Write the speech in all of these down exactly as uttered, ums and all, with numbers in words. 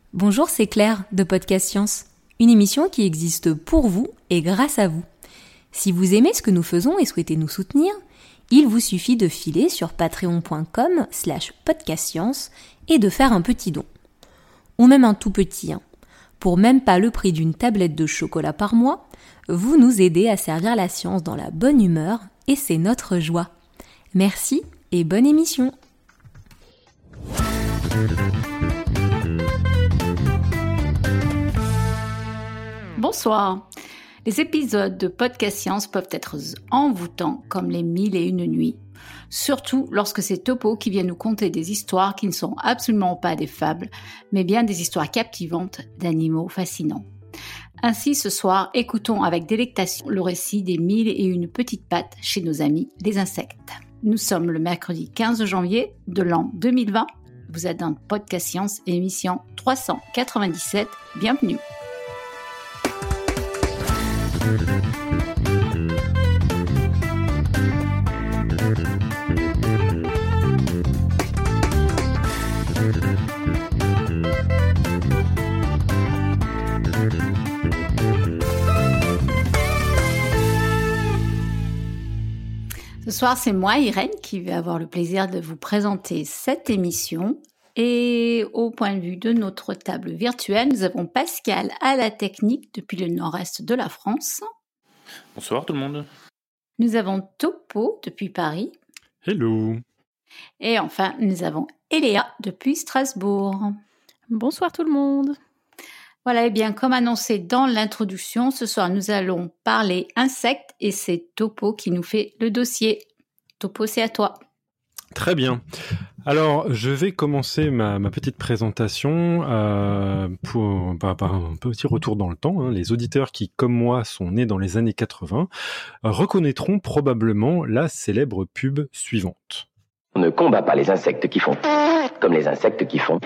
Bonjour, c'est Claire de Podcast Science, une émission qui existe pour vous et grâce à vous. Si vous aimez ce que nous faisons et souhaitez nous soutenir, il vous suffit de filer sur patreon.com slash podcastscience et de faire un petit don. Ou même un tout petit, hein. Pour même pas le prix d'une tablette de chocolat par mois, vous nous aidez à servir la science dans la bonne humeur et c'est notre joie. Merci et bonne émission. Bonsoir. Les épisodes de Podcast Science peuvent être envoûtants comme les mille et une nuits. Surtout lorsque c'est Topo qui vient nous conter des histoires qui ne sont absolument pas des fables, mais bien des histoires captivantes d'animaux fascinants. Ainsi, ce soir, écoutons avec délectation le récit des mille et une petites pattes chez nos amis les insectes. Nous sommes le mercredi quinze janvier de l'an deux mille vingt. Vous êtes dans Podcast Science, émission trois cent quatre-vingt-dix-sept. Bienvenue. Ce soir, c'est moi, Irène, qui vais avoir le plaisir de vous présenter cette émission. Et au point de vue de notre table virtuelle, nous avons Pascal à la technique depuis le nord-est de la France. Bonsoir tout le monde. Nous avons Topo depuis Paris. Hello. Et enfin, nous avons Eléa depuis Strasbourg. Bonsoir tout le monde. Voilà, et bien comme annoncé dans l'introduction, ce soir nous allons parler insectes et c'est Topo qui nous fait le dossier. Topo, c'est à toi. Très bien. Alors, je vais commencer ma, ma petite présentation euh, pour, par, par un petit retour dans le temps. Hein. Les auditeurs qui, comme moi, sont nés dans les années quatre-vingts euh, reconnaîtront probablement la célèbre pub suivante. On ne combat pas les insectes qui font comme les insectes qui font.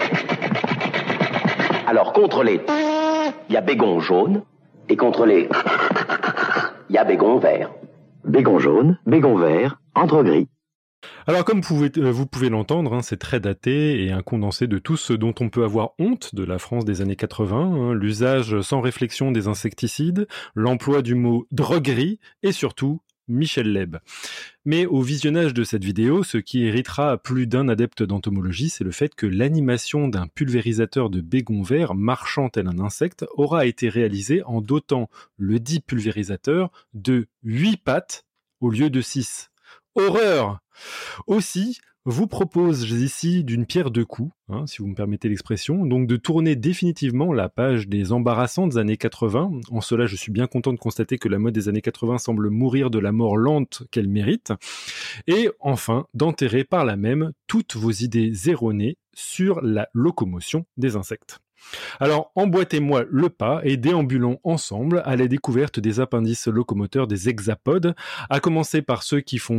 Alors, contre les il y a bégon jaune et contre les il y a bégon vert. Bégon jaune, bégon vert, entre gris. Alors comme vous pouvez, euh, vous pouvez l'entendre, hein, c'est très daté et un condensé de tout ce dont on peut avoir honte de la France des années quatre-vingts, hein, l'usage sans réflexion des insecticides, l'emploi du mot droguerie et surtout Michel Leb. Mais au visionnage de cette vidéo, ce qui irritera plus d'un adepte d'entomologie, c'est le fait que l'animation d'un pulvérisateur de bégon vert marchant tel un insecte aura été réalisée en dotant le dit pulvérisateur de huit pattes au lieu de six. Horreur! Aussi, vous propose ici d'une pierre deux coups, hein, si vous me permettez l'expression, donc de tourner définitivement la page des embarrassantes années quatre-vingts. En cela, je suis bien content de constater que la mode des années quatre-vingts semble mourir de la mort lente qu'elle mérite. Et enfin, d'enterrer par là même toutes vos idées erronées sur la locomotion des insectes. Alors, emboîtez-moi le pas et déambulons ensemble à la découverte des appendices locomoteurs des hexapodes, à commencer par ceux qui font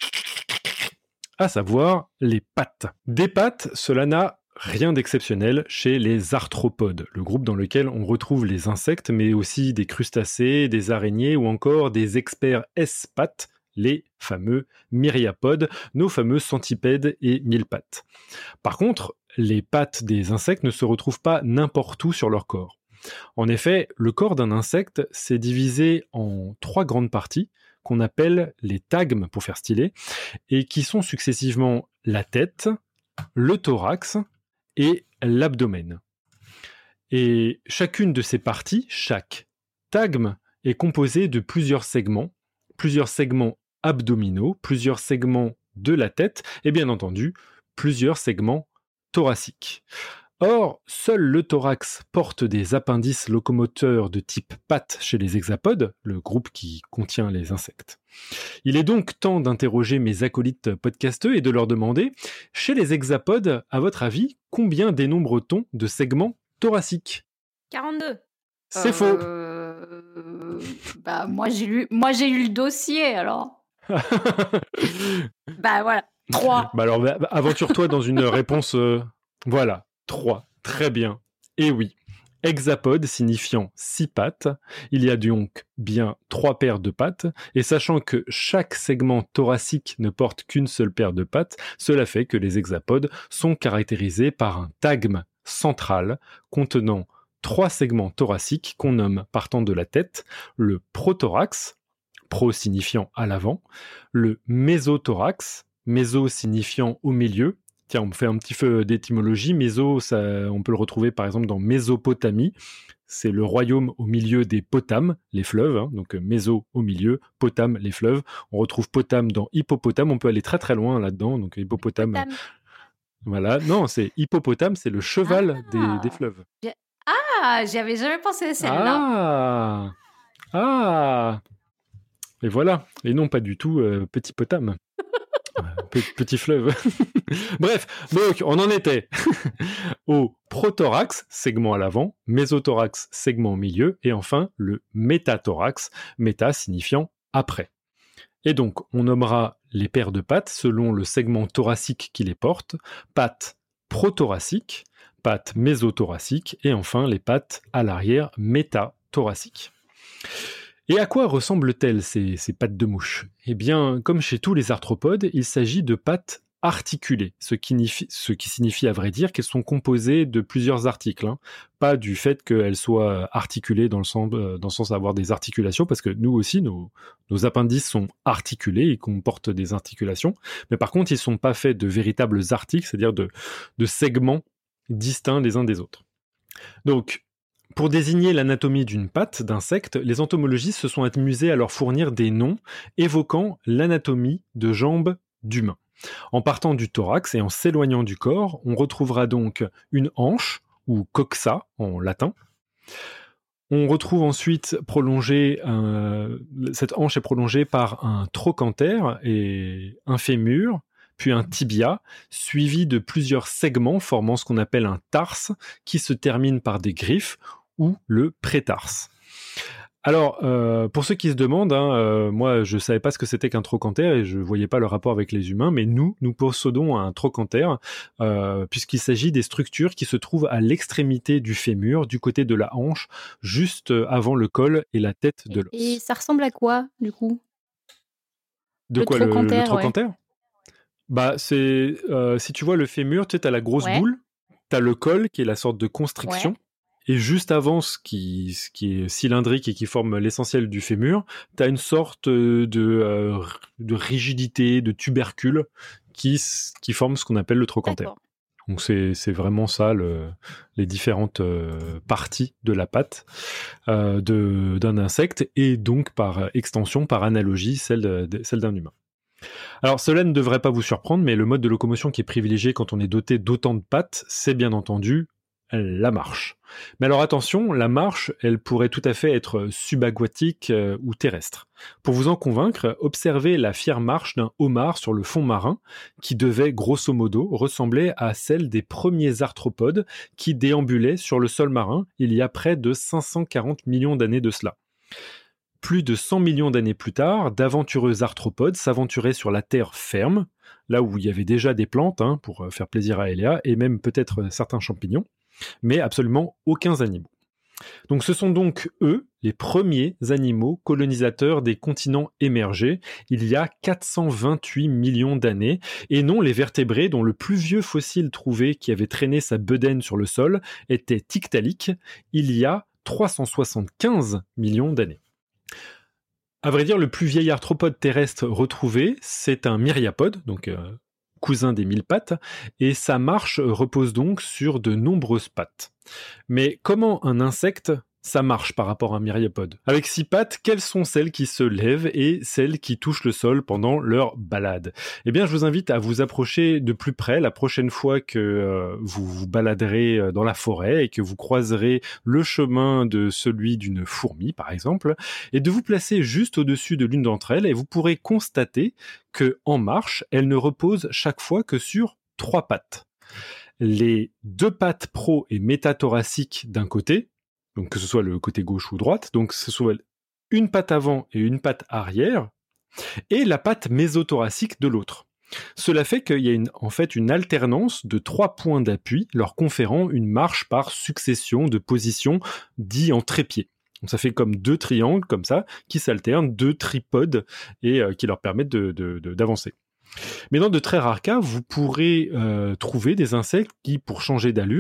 à savoir les pattes. Des pattes, cela n'a rien d'exceptionnel chez les arthropodes, le groupe dans lequel on retrouve les insectes, mais aussi des crustacés, des araignées ou encore des experts S-pattes, les fameux myriapodes, nos fameux centipèdes et mille-pattes. Par contre, les pattes des insectes ne se retrouvent pas n'importe où sur leur corps. En effet, le corps d'un insecte s'est divisé en trois grandes parties, qu'on appelle les tagmes pour faire stylé, et qui sont successivement la tête, le thorax et l'abdomen. Et chacune de ces parties, chaque tagme, est composée de plusieurs segments, plusieurs segments abdominaux, plusieurs segments de la tête, et bien entendu, plusieurs segments thoraciques. Or, seul le thorax porte des appendices locomoteurs de type pattes chez les hexapodes, le groupe qui contient les insectes. Il est donc temps d'interroger mes acolytes podcasteux et de leur demander, chez les hexapodes, à votre avis, combien dénombre-t-on de segments thoraciques ? quarante-deux. C'est faux. Euh... Bah, moi, j'ai lu... moi, j'ai lu le dossier, alors. Bah, voilà. trois. Bah alors, bah, aventure-toi dans une réponse... Euh... Voilà. trois. Très bien. Et oui, hexapode signifiant six pattes, il y a donc bien trois paires de pattes, et sachant que chaque segment thoracique ne porte qu'une seule paire de pattes, cela fait que les hexapodes sont caractérisés par un tagme central contenant trois segments thoraciques qu'on nomme, partant de la tête, le prothorax, pro signifiant à l'avant, le mésothorax, méso signifiant au milieu. Tiens, on me fait un petit peu d'étymologie. Méso, ça, on peut le retrouver par exemple dans Mésopotamie. C'est le royaume au milieu des Potames, les fleuves. Hein, donc méso au milieu, Potame, les fleuves. On retrouve Potame dans hippopotame. On peut aller très très loin là-dedans. Donc hippopotame. Hippopotame. Voilà. Non, c'est hippopotame, c'est le cheval Ah. des, des fleuves. Ah, j'y avais jamais pensé à celle-là. Ah Ah Et voilà. Et non, pas du tout euh, petit potame. Petit fleuve. Bref, donc on en était au prothorax, segment à l'avant, mésothorax, segment au milieu, et enfin le métathorax, méta signifiant après. Et donc on nommera les paires de pattes selon le segment thoracique qui les porte, pattes prothoraciques, pattes mésothoraciques, et enfin les pattes à l'arrière métathoraciques. Et à quoi ressemblent-elles ces, ces pattes de mouche ? Eh bien, comme chez tous les arthropodes, il s'agit de pattes articulées, ce qui, signifie, ce qui signifie à vrai dire qu'elles sont composées de plusieurs articles, hein. Pas du fait qu'elles soient articulées dans le sens, dans le sens d'avoir des articulations, parce que nous aussi, nos, nos appendices sont articulés, ils comportent des articulations, mais par contre, ils ne sont pas faits de véritables articles, c'est-à-dire de, de segments distincts les uns des autres. Donc, pour désigner l'anatomie d'une patte d'insecte, les entomologistes se sont amusés à leur fournir des noms évoquant l'anatomie de jambes d'humains. En partant du thorax et en s'éloignant du corps, on retrouvera donc une hanche, ou coxa en latin. On retrouve ensuite prolongé, euh, cette hanche est prolongée par un trochanter et un fémur, puis un tibia, suivi de plusieurs segments formant ce qu'on appelle un tarse, qui se termine par des griffes, ou le prétarse. Alors, euh, pour ceux qui se demandent, hein, euh, moi je ne savais pas ce que c'était qu'un trochanter et je ne voyais pas le rapport avec les humains, mais nous, nous possédons un trochanter euh, puisqu'il s'agit des structures qui se trouvent à l'extrémité du fémur, du côté de la hanche, juste avant le col et la tête de l'os. Et ça ressemble à quoi, du coup ? De Le quoi, le, trochanter, le trochanter ? Ouais. Bah, c'est, euh, si tu vois le fémur, tu sais, t'as la grosse Ouais. boule, t'as le col qui est la sorte de constriction, Ouais. et juste avant ce qui, ce qui est cylindrique et qui forme l'essentiel du fémur, t'as une sorte de, euh, de rigidité, de tubercule qui, qui forme ce qu'on appelle le trochanter. D'accord. Donc c'est, c'est vraiment ça, le, les différentes euh, parties de la patte euh, de, d'un insecte, et donc par extension, par analogie, celle, de, de, celle d'un humain. Alors cela ne devrait pas vous surprendre, mais le mode de locomotion qui est privilégié quand on est doté d'autant de pattes, c'est bien entendu la marche. Mais alors attention, la marche, elle pourrait tout à fait être subaquatique euh, ou terrestre. Pour vous en convaincre, observez la fière marche d'un homard sur le fond marin, qui devait grosso modo ressembler à celle des premiers arthropodes qui déambulaient sur le sol marin il y a près de cinq cent quarante millions d'années de cela. Plus de cent millions d'années plus tard, d'aventureux arthropodes s'aventuraient sur la terre ferme, là où il y avait déjà des plantes, hein, pour faire plaisir à Eléa, et même peut-être certains champignons, mais absolument aucun animaux. Donc ce sont donc eux, les premiers animaux colonisateurs des continents émergés, il y a quatre cent vingt-huit millions d'années, et non les vertébrés dont le plus vieux fossile trouvé qui avait traîné sa bedaine sur le sol était Tiktaalik, il y a trois cent soixante-quinze millions d'années. À vrai dire, le plus vieil arthropode terrestre retrouvé, c'est un myriapode, donc euh, cousin des mille pattes, et sa marche repose donc sur de nombreuses pattes. Mais comment un insecte, ça marche par rapport à un myriapode ? Avec six pattes, quelles sont celles qui se lèvent et celles qui touchent le sol pendant leur balade ? Eh bien, je vous invite à vous approcher de plus près la prochaine fois que euh, vous vous baladerez dans la forêt et que vous croiserez le chemin de celui d'une fourmi, par exemple, et de vous placer juste au-dessus de l'une d'entre elles, et vous pourrez constater que, en marche, elle ne repose chaque fois que sur trois pattes. Les deux pattes pro- et métathoraciques d'un côté, donc que ce soit le côté gauche ou droite, donc ce soit une patte avant et une patte arrière, et la patte mésothoracique de l'autre. Cela fait qu'il y a une, en fait une alternance de trois points d'appui, leur conférant une marche par succession de positions dites en trépied. Donc ça fait comme deux triangles comme ça, qui s'alternent, deux tripodes, et euh, qui leur permettent de, de, de, d'avancer. Mais dans de très rares cas, vous pourrez euh, trouver des insectes qui, pour changer d'allure,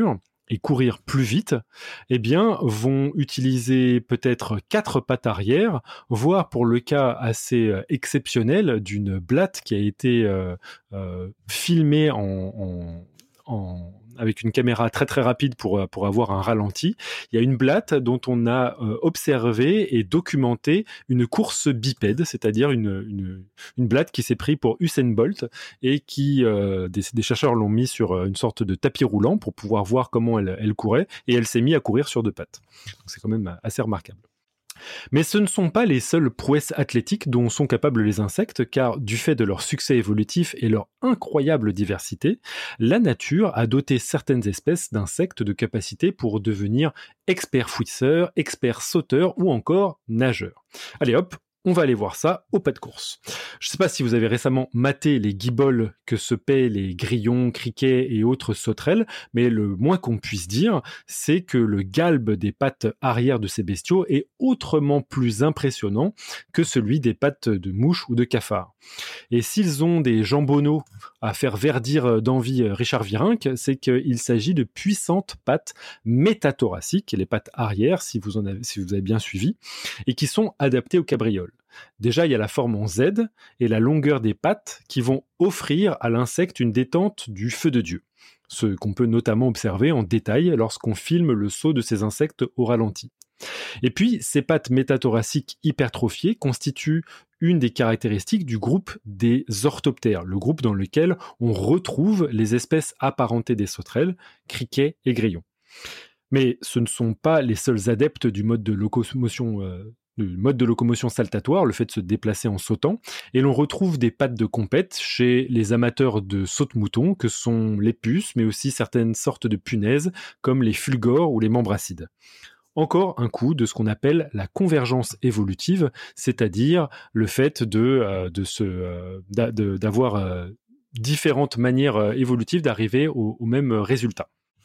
et courir plus vite, eh bien, vont utiliser peut-être quatre pattes arrière, voire pour le cas assez euh, exceptionnel d'une blatte qui a été euh, euh, filmée en, en, en, avec une caméra très très rapide pour, pour avoir un ralenti. Il y a une blatte dont on a euh, observé et documenté une course bipède, c'est-à-dire une, une, une blatte qui s'est prise pour Usain Bolt et qui, euh, des, des chercheurs l'ont mis sur une sorte de tapis roulant pour pouvoir voir comment elle, elle courait, et elle s'est mise à courir sur deux pattes. Donc c'est quand même assez remarquable. Mais ce ne sont pas les seules prouesses athlétiques dont sont capables les insectes, car du fait de leur succès évolutif et leur incroyable diversité, la nature a doté certaines espèces d'insectes de capacités pour devenir experts fouisseurs, experts sauteurs ou encore nageurs. Allez hop, on va aller voir ça au pas de course. Je ne sais pas si vous avez récemment maté les guiboles que se paient les grillons, criquets et autres sauterelles, mais le moins qu'on puisse dire, c'est que le galbe des pattes arrière de ces bestiaux est autrement plus impressionnant que celui des pattes de mouches ou de cafards. Et s'ils ont des jambonneaux à faire verdir d'envie Richard Virenque, c'est qu'il s'agit de puissantes pattes métathoraciques, les pattes arrière, si vous, en avez, si vous avez bien suivi, et qui sont adaptées aux cabrioles. Déjà, il y a la forme en Z et la longueur des pattes qui vont offrir à l'insecte une détente du feu de Dieu. Ce qu'on peut notamment observer en détail lorsqu'on filme le saut de ces insectes au ralenti. Et puis, ces pattes métathoraciques hypertrophiées constituent une des caractéristiques du groupe des orthoptères, le groupe dans lequel on retrouve les espèces apparentées des sauterelles, criquets et grillons. Mais ce ne sont pas les seuls adeptes du mode de locomotion euh, le mode de locomotion saltatoire, le fait de se déplacer en sautant, et l'on retrouve des pattes de compète chez les amateurs de saute-mouton, que sont les puces, mais aussi certaines sortes de punaises, comme les fulgores ou les membracides. Encore un coup de ce qu'on appelle la convergence évolutive, c'est-à-dire le fait de, euh, de se, euh, d'a, de, d'avoir euh, différentes manières euh, évolutives d'arriver au, au même résultat.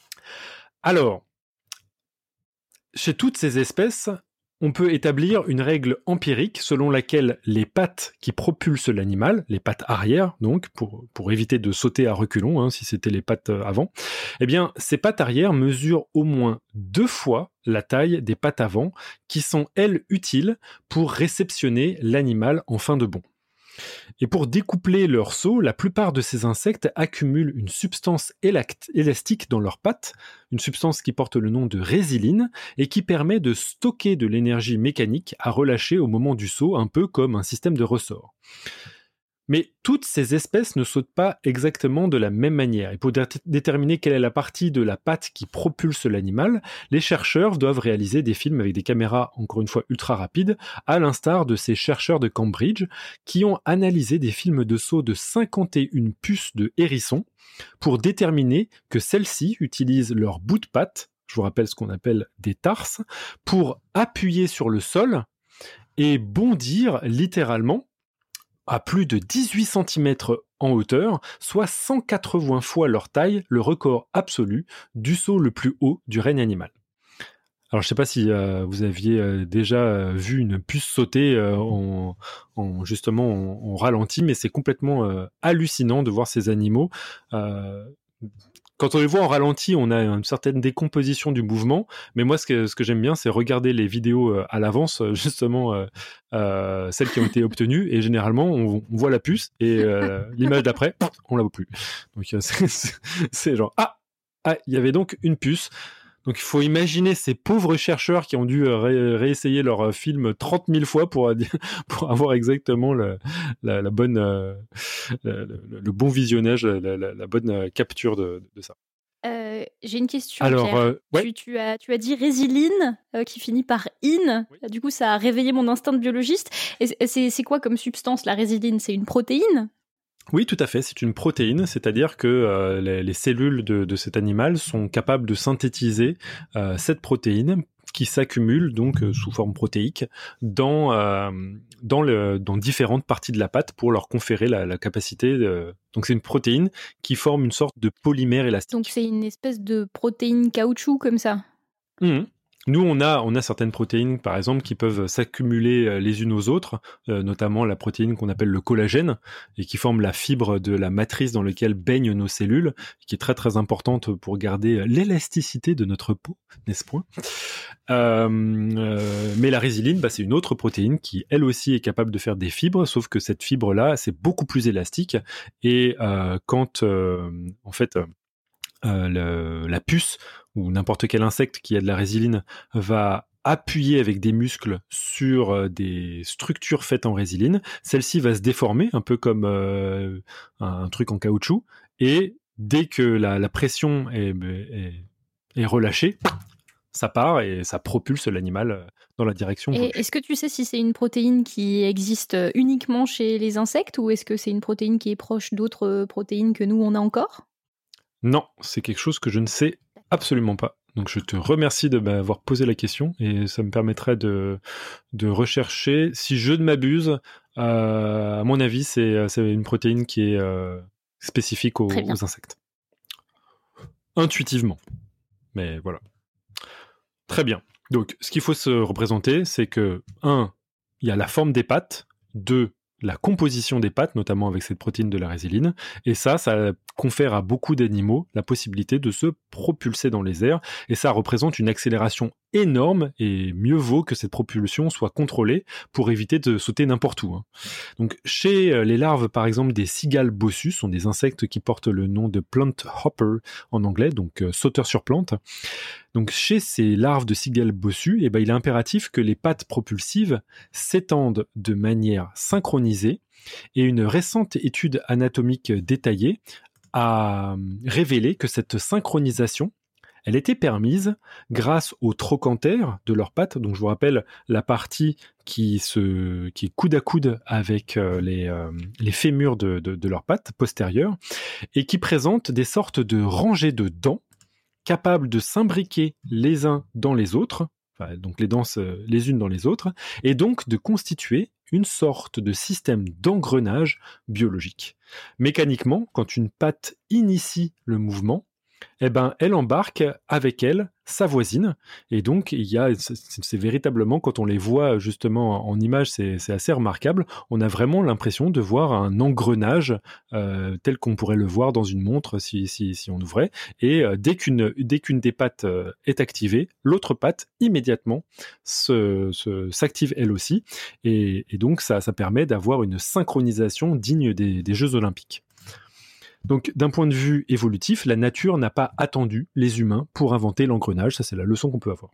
Alors, chez toutes ces espèces, on peut établir une règle empirique selon laquelle les pattes qui propulsent l'animal, les pattes arrière, donc, pour, pour éviter de sauter à reculons, hein, si c'était les pattes avant, eh bien, ces pattes arrière mesurent au moins deux fois la taille des pattes avant, qui sont, elles, utiles pour réceptionner l'animal en fin de bond. Et pour découpler leur saut, la plupart de ces insectes accumulent une substance élact- élastique dans leurs pattes, une substance qui porte le nom de résiline et qui permet de stocker de l'énergie mécanique à relâcher au moment du saut, un peu comme un système de ressort. Mais toutes ces espèces ne sautent pas exactement de la même manière. Et pour dé- déterminer quelle est la partie de la patte qui propulse l'animal, les chercheurs doivent réaliser des films avec des caméras, encore une fois, ultra rapides, à l'instar de ces chercheurs de Cambridge qui ont analysé des films de saut de cinquante et une puces de hérissons pour déterminer que celles-ci utilisent leur bout de patte, je vous rappelle ce qu'on appelle des tarses, pour appuyer sur le sol et bondir littéralement à plus de dix-huit centimètres en hauteur, soit cent quatre-vingts fois leur taille, le record absolu du saut le plus haut du règne animal. Alors je ne sais pas si euh, vous aviez euh, déjà euh, vu une puce sauter euh, en, en justement en, en ralenti, mais c'est complètement euh, hallucinant de voir ces animaux. Euh, Quand on les voit en ralenti, on a une certaine décomposition du mouvement, mais moi, ce que, ce que j'aime bien, c'est regarder les vidéos à l'avance, justement, euh, euh, celles qui ont été obtenues, et généralement, on, on voit la puce, et euh, l'image d'après, on la voit plus. Donc, c'est, c'est, c'est genre, ah, ah, il y avait donc une puce. Donc il faut imaginer ces pauvres chercheurs qui ont dû ré- réessayer leur film trente mille fois pour, pour avoir exactement le, la, la bonne, euh, le, le, le bon visionnage, la, la, la bonne capture de, de ça. Euh, j'ai une question, Alors, Pierre. euh, ouais. tu, tu, as, tu as dit résiline, euh, qui finit par in. Oui. Du coup, ça a réveillé mon instinct de biologiste. Et c'est, c'est, c'est quoi comme substance, la résiline? C'est une protéine? Oui, tout à fait. C'est une protéine, c'est-à-dire que euh, les, les cellules de, de cet animal sont capables de synthétiser euh, cette protéine qui s'accumule donc euh, sous forme protéique dans euh, dans, le, dans différentes parties de la pâte pour leur conférer la, la capacité. De... Donc c'est une protéine qui forme une sorte de polymère élastique. Donc c'est une espèce de protéine caoutchouc comme ça. Mmh. nous, on a, on a certaines protéines, par exemple, qui peuvent s'accumuler les unes aux autres, euh, notamment la protéine qu'on appelle le collagène, et qui forme la fibre de la matrice dans laquelle baignent nos cellules, qui est très très importante pour garder l'élasticité de notre peau, n'est-ce point ? euh, euh, Mais la résiline, bah, c'est une autre protéine qui, elle aussi, est capable de faire des fibres, sauf que cette fibre-là, c'est beaucoup plus élastique, et euh, quand, euh, en fait... Euh, le, la puce ou n'importe quel insecte qui a de la résiline va appuyer avec des muscles sur euh, des structures faites en résiline. Celle-ci va se déformer un peu comme euh, un, un truc en caoutchouc, et dès que la, la pression est, est, est relâchée, ça part et ça propulse l'animal dans la direction voulue. Et est-ce que tu sais si c'est une protéine qui existe uniquement chez les insectes ou est-ce que c'est une protéine qui est proche d'autres protéines que nous on a encore ? Non, c'est quelque chose que je ne sais absolument pas. Donc je te remercie de m'avoir posé la question et ça me permettrait de, de rechercher. Si je ne m'abuse, euh, à mon avis, c'est, c'est une protéine qui est euh, spécifique aux, aux insectes. Intuitivement. Mais voilà. Très bien. Donc ce qu'il faut se représenter, c'est que, un, il y a la forme des pattes, deux, la composition des pattes, notamment avec cette protéine de la résiline, et ça, ça confère à beaucoup d'animaux la possibilité de se propulser dans les airs, et ça représente une accélération énorme, et mieux vaut que cette propulsion soit contrôlée pour éviter de sauter n'importe où. Hein. Donc, chez les larves, par exemple, des cigales bossus, sont des insectes qui portent le nom de plant hopper en anglais, donc euh, sauteurs sur plante. Donc, chez ces larves de cigales bossus, eh ben, il est impératif que les pattes propulsives s'étendent de manière synchronisée, et une récente étude anatomique détaillée a révélé que cette synchronisation, elle était permise grâce aux trochantères de leurs pattes. Donc, je vous rappelle la partie qui, se, qui est coude à coude avec euh, les, euh, les fémurs de, de, de leurs pattes postérieures, et qui présente des sortes de rangées de dents capables de s'imbriquer les uns dans les autres, enfin, donc les dents euh, les unes dans les autres, et donc de constituer une sorte de système d'engrenage biologique. Mécaniquement, quand une patte initie le mouvement, eh ben, elle embarque avec elle sa voisine, et donc il y a, c'est, c'est véritablement, quand on les voit justement en image, c'est, c'est assez remarquable, on a vraiment l'impression de voir un engrenage euh, tel qu'on pourrait le voir dans une montre si, si, si on ouvrait, et euh, dès, qu'une, dès qu'une des pattes euh, est activée, l'autre patte immédiatement se, se, s'active elle aussi, et, et donc ça, ça permet d'avoir une synchronisation digne des, des Jeux Olympiques. Donc, d'un point de vue évolutif, la nature n'a pas attendu les humains pour inventer l'engrenage. Ça, c'est la leçon qu'on peut avoir.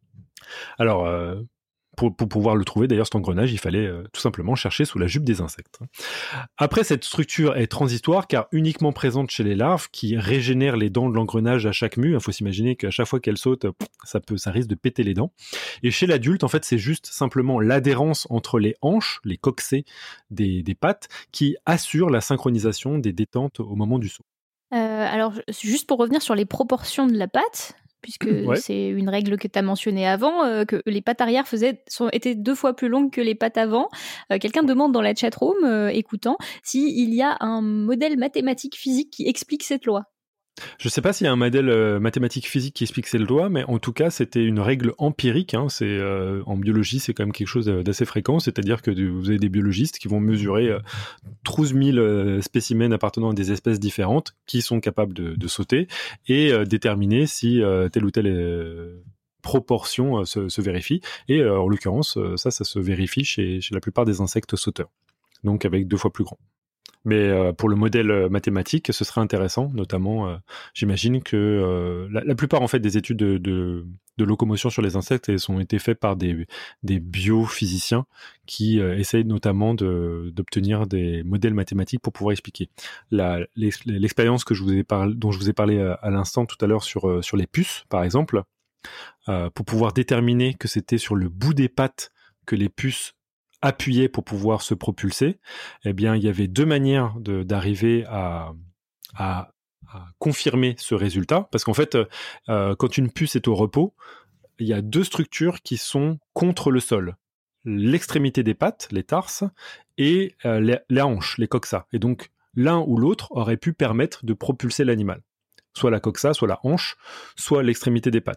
Alors, euh, pour, pour pouvoir le trouver, d'ailleurs, cet engrenage, il fallait euh, tout simplement chercher sous la jupe des insectes. Après, cette structure est transitoire, car uniquement présente chez les larves, qui régénèrent les dents de l'engrenage à chaque mue. Il faut s'imaginer qu'à chaque fois qu'elle saute, ça, peut, ça risque de péter les dents. Et chez l'adulte, en fait, c'est juste simplement l'adhérence entre les hanches, les coxées des, des pattes, qui assure la synchronisation des détentes au moment du saut. Euh, alors, juste pour revenir sur les proportions de la patte, puisque ouais. c'est une règle que tu as mentionnée avant, euh, que les pattes arrière faisaient, sont, étaient deux fois plus longues que les pattes avant. Euh, quelqu'un demande dans la chatroom, euh, écoutant, s'il y a un modèle mathématique physique qui explique cette loi. Je ne sais pas s'il y a un modèle euh, mathématique physique qui explique cette loi, mais en tout cas, c'était une règle empirique. Hein, c'est, euh, en biologie, c'est quand même quelque chose d'assez fréquent, c'est-à-dire que vous avez des biologistes qui vont mesurer euh, douze mille euh, spécimens appartenant à des espèces différentes qui sont capables de, de sauter et euh, déterminer si euh, telle ou telle euh, proportion euh, se, se vérifie. Et euh, en l'occurrence, euh, ça, ça se vérifie chez, chez la plupart des insectes sauteurs, donc avec deux fois plus grand. Mais euh, pour le modèle mathématique, ce serait intéressant, notamment, euh, j'imagine que euh, la, la plupart en fait des études de, de, de locomotion sur les insectes elles ont été faites par des, des biophysiciens qui euh, essayent notamment de, d'obtenir des modèles mathématiques pour pouvoir expliquer. La, l'expérience que je vous ai parlé, dont je vous ai parlé à, à l'instant tout à l'heure sur, sur les puces, par exemple, euh, pour pouvoir déterminer que c'était sur le bout des pattes que les puces appuyé pour pouvoir se propulser, eh bien, il y avait deux manières de, d'arriver à, à, à confirmer ce résultat. Parce qu'en fait, euh, quand une puce est au repos, il y a deux structures qui sont contre le sol. L'extrémité des pattes, les tarses, et euh, les, les hanches, les coxas. Et donc, l'un ou l'autre aurait pu permettre de propulser l'animal. Soit la coxa, soit la hanche, soit l'extrémité des pattes.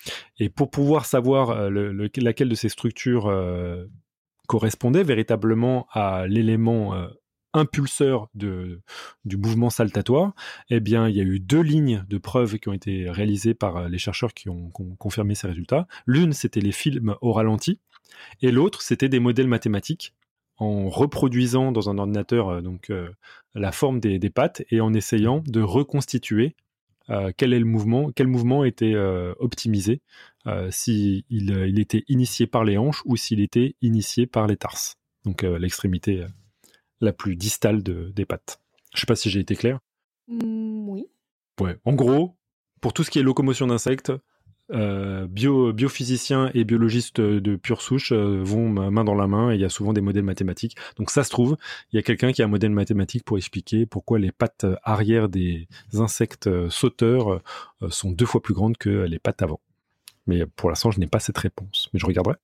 Et pour pouvoir savoir euh, le, le, laquelle de ces structures euh, correspondait véritablement à l'élément euh, impulseur de, du mouvement saltatoire, eh bien, il y a eu deux lignes de preuves qui ont été réalisées par les chercheurs qui ont, qui ont confirmé ces résultats. L'une, c'était les films au ralenti, et l'autre, c'était des modèles mathématiques en reproduisant dans un ordinateur euh, donc, euh, la forme des, des pattes et en essayant de reconstituer euh, quel est le mouvement, quel mouvement était euh, optimisé, euh, s'il il était initié par les hanches ou s'il était initié par les tarses, donc euh, l'extrémité euh, la plus distale de, des pattes. Je ne sais pas si j'ai été clair. Mmh, oui. Ouais. En gros, pour tout ce qui est locomotion d'insectes, Euh, bio, biophysiciens et biologistes de pure souche euh, vont main dans la main et il y a souvent des modèles mathématiques. Donc ça se trouve, il y a quelqu'un qui a un modèle mathématique pour expliquer pourquoi les pattes arrière des insectes sauteurs euh, sont deux fois plus grandes que les pattes avant. Mais pour l'instant, je n'ai pas cette réponse. Mais je regarderai.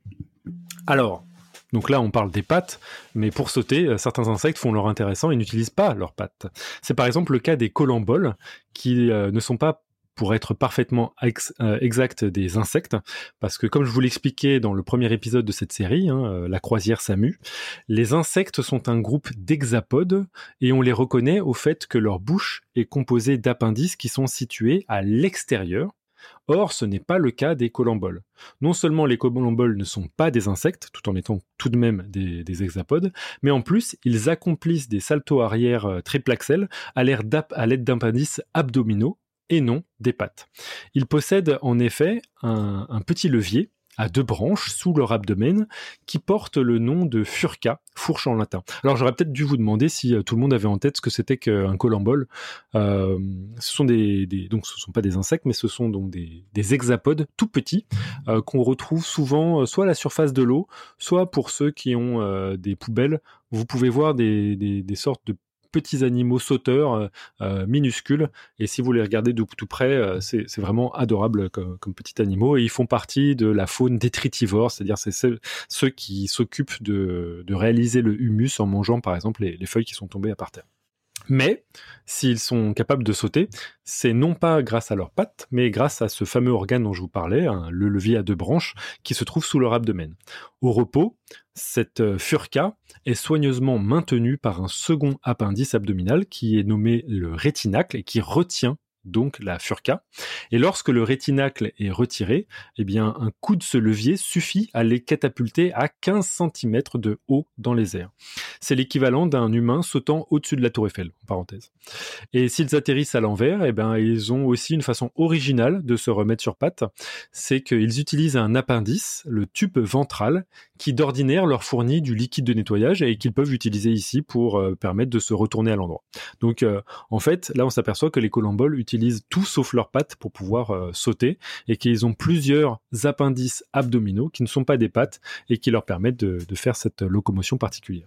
Alors, donc là, on parle des pattes, mais pour sauter, certains insectes font leur intéressant et n'utilisent pas leurs pattes. C'est par exemple le cas des colamboles qui euh, ne sont pas pour être parfaitement ex- euh, exact des insectes, parce que comme je vous l'expliquais dans le premier épisode de cette série, hein, euh, la croisière Samu, les insectes sont un groupe d'hexapodes et on les reconnaît au fait que leur bouche est composée d'appendices qui sont situés à l'extérieur. Or, ce n'est pas le cas des colamboles. Non seulement les colamboles ne sont pas des insectes, tout en étant tout de même des, des hexapodes, mais en plus, ils accomplissent des saltos arrière euh, triplaxels à l'aide d'appendices abdominaux, et non des pattes. Ils possèdent en effet un, un petit levier à deux branches sous leur abdomen qui porte le nom de furca, fourche en latin. Alors j'aurais peut-être dû vous demander si euh, tout le monde avait en tête ce que c'était qu'un colambole. Euh, ce sont des, des donc ce sont pas des insectes, mais ce sont donc des, des hexapodes tout petits euh, qu'on retrouve souvent euh, soit à la surface de l'eau, soit pour ceux qui ont euh, des poubelles. Vous pouvez voir des, des, des sortes de petits animaux sauteurs euh, euh, minuscules, et si vous les regardez de tout près, euh, c'est, c'est vraiment adorable comme, comme petits animaux, et ils font partie de la faune détritivore, c'est-à-dire c'est ceux, ceux qui s'occupent de, de réaliser le humus en mangeant par exemple les, les feuilles qui sont tombées à par terre. Mais s'ils sont capables de sauter, c'est non pas grâce à leurs pattes, mais grâce à ce fameux organe dont je vous parlais, hein, le levier à deux branches, qui se trouve sous leur abdomen. Au repos, cette furca est soigneusement maintenue par un second appendice abdominal qui est nommé le rétinacle et qui retient donc la furca. Et lorsque le rétinacle est retiré, eh bien, un coup de ce levier suffit à les catapulter à quinze centimètres de haut dans les airs. C'est l'équivalent d'un humain sautant au-dessus de la Tour Eiffel, en parenthèse. Et s'ils atterrissent à l'envers, eh ben, ils ont aussi une façon originale de se remettre sur pattes. C'est qu'ils utilisent un appendice, le tube ventral, qui d'ordinaire leur fournit du liquide de nettoyage et qu'ils peuvent utiliser ici pour euh, permettre de se retourner à l'endroit. Donc, euh, en fait, là, on s'aperçoit que les colamboles utilisent tout sauf leurs pattes pour pouvoir euh, sauter et qu'ils ont plusieurs appendices abdominaux qui ne sont pas des pattes et qui leur permettent de, de faire cette locomotion particulière.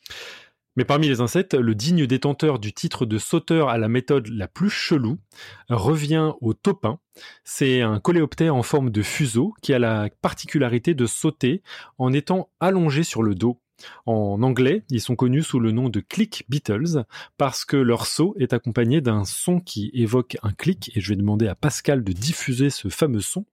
Mais parmi les insectes, le digne détenteur du titre de sauteur à la méthode la plus chelou revient au topin. C'est un coléoptère en forme de fuseau qui a la particularité de sauter en étant allongé sur le dos. En anglais, ils sont connus sous le nom de click beetles parce que leur saut est accompagné d'un son qui évoque un clic, et je vais demander à Pascal de diffuser ce fameux son.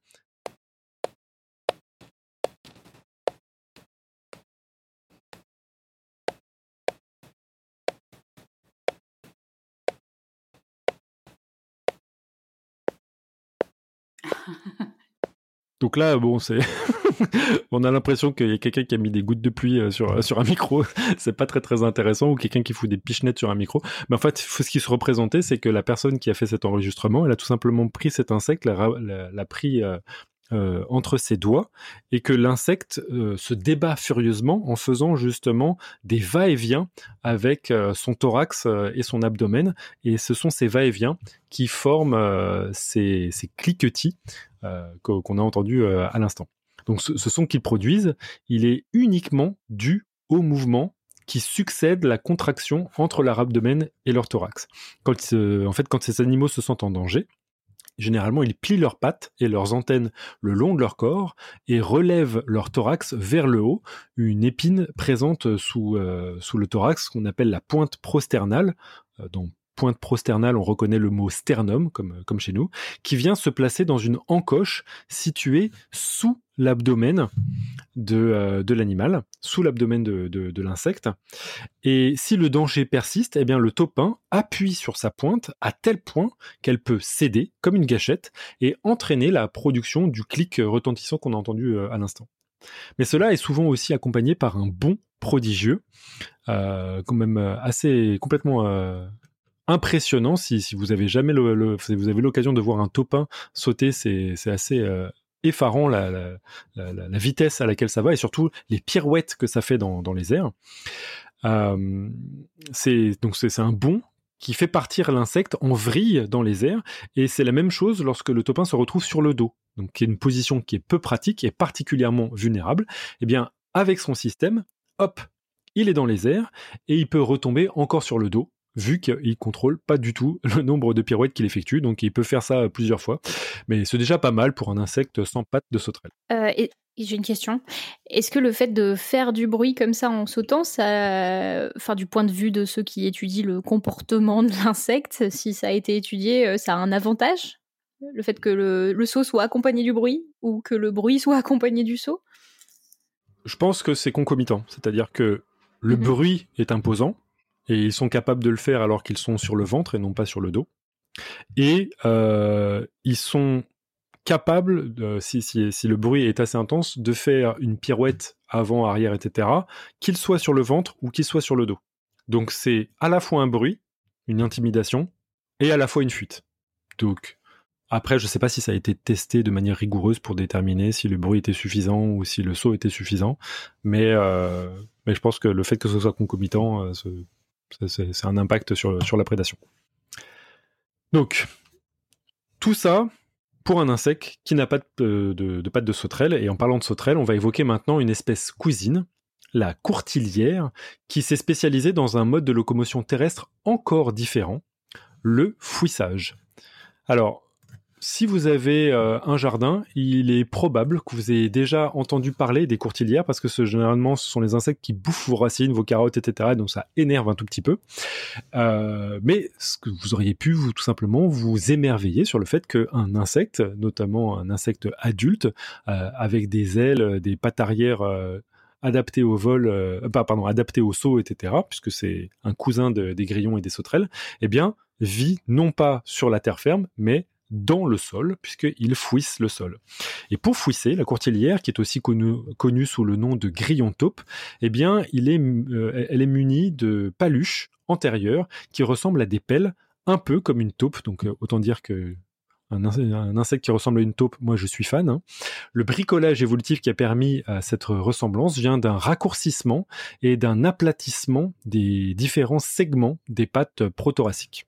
Donc là, bon, c'est... on a l'impression qu'il y a quelqu'un qui a mis des gouttes de pluie sur, sur un micro. C'est pas très très intéressant, ou quelqu'un qui fout des pichenettes sur un micro. Mais en fait, ce qui se représentait, c'est que la personne qui a fait cet enregistrement, elle a tout simplement pris cet insecte, l'a, l'a, l'a pris euh, euh, entre ses doigts, et que l'insecte euh, se débat furieusement en faisant justement des va-et-vient avec euh, son thorax euh, et son abdomen. Et ce sont ces va-et-vient qui forment euh, ces, ces cliquetis euh, qu'on a entendus euh, à l'instant. Donc ce, ce son qu'ils produisent, il est uniquement dû au mouvement qui succède la contraction entre leur abdomen et leur thorax. Quand, euh, en fait, quand ces animaux se sentent en danger, généralement, ils plient leurs pattes et leurs antennes le long de leur corps et relèvent leur thorax vers le haut, une épine présente sous, euh, sous le thorax qu'on appelle la pointe prosternale, euh, dans pointe prosternale, on reconnaît le mot sternum, comme, comme chez nous, qui vient se placer dans une encoche située sous l'abdomen de, euh, de l'animal, sous l'abdomen de, de, de l'insecte. Et si le danger persiste, eh bien le taupin appuie sur sa pointe à tel point qu'elle peut céder, comme une gâchette, et entraîner la production du clic retentissant qu'on a entendu euh, à l'instant. Mais cela est souvent aussi accompagné par un bond prodigieux, euh, quand même assez complètement euh, impressionnant. Si, si vous avez jamais le, le, si vous avez l'occasion de voir un taupin sauter, c'est, c'est assez euh, effarant la, la, la, la vitesse à laquelle ça va et surtout les pirouettes que ça fait dans, dans les airs. Euh, c'est, donc c'est, c'est un bond qui fait partir l'insecte en vrille dans les airs, et c'est la même chose lorsque le taupin se retrouve sur le dos, donc qui est une position qui est peu pratique et particulièrement vulnérable. Eh bien, avec son système, hop, il est dans les airs, et il peut retomber encore sur le dos, vu qu'il contrôle pas du tout le nombre de pirouettes qu'il effectue, donc il peut faire ça plusieurs fois, mais c'est déjà pas mal pour un insecte sans pattes de sauterelle. Euh, et... J'ai une question. Est-ce que le fait de faire du bruit comme ça en sautant, ça, enfin, du point de vue de ceux qui étudient le comportement de l'insecte, si ça a été étudié, ça a un avantage ? Le fait que le, le saut soit accompagné du bruit ou que le bruit soit accompagné du saut ? Je pense que c'est concomitant. C'est-à-dire que le mmh. bruit est imposant et ils sont capables de le faire alors qu'ils sont sur le ventre et non pas sur le dos. Et euh, ils sont capable, de, si, si, si le bruit est assez intense, de faire une pirouette avant, arrière, et cetera, qu'il soit sur le ventre ou qu'il soit sur le dos. Donc c'est à la fois un bruit, une intimidation, et à la fois une fuite. Donc après, je ne sais pas si ça a été testé de manière rigoureuse pour déterminer si le bruit était suffisant ou si le saut était suffisant, mais, euh, mais je pense que le fait que ce soit concomitant, euh, c'est, c'est, c'est un impact sur, sur la prédation. Donc, tout ça pour un insecte qui n'a pas de, de, de pattes de sauterelle. Et en parlant de sauterelle, on va évoquer maintenant une espèce cousine, la courtilière, qui s'est spécialisée dans un mode de locomotion terrestre encore différent, le fouissage. Alors, si vous avez euh, un jardin, il est probable que vous ayez déjà entendu parler des courtilières, parce que ce, généralement, ce sont les insectes qui bouffent vos racines, vos carottes, et cetera. Donc ça énerve un tout petit peu. Euh, mais ce que vous auriez pu, vous, tout simplement, vous émerveiller sur le fait qu'un insecte, notamment un insecte adulte, euh, avec des ailes, des pattes arrière euh, adaptées au vol, euh, pardon, adaptées au saut, et cetera, puisque c'est un cousin de, des grillons et des sauterelles, eh bien, vit non pas sur la terre ferme, mais dans le sol, puisqu'il fouisse le sol. Et pour fouisser, la courtilière, qui est aussi connue, connue sous le nom de grillon taupe, eh bien, il est, euh, elle est munie de paluches antérieures qui ressemblent à des pelles, un peu comme une taupe. Donc, euh, autant dire que un, un insecte qui ressemble à une taupe, moi, je suis fan. Hein. Le bricolage évolutif qui a permis à cette ressemblance vient d'un raccourcissement et d'un aplatissement des différents segments des pattes prothoraciques.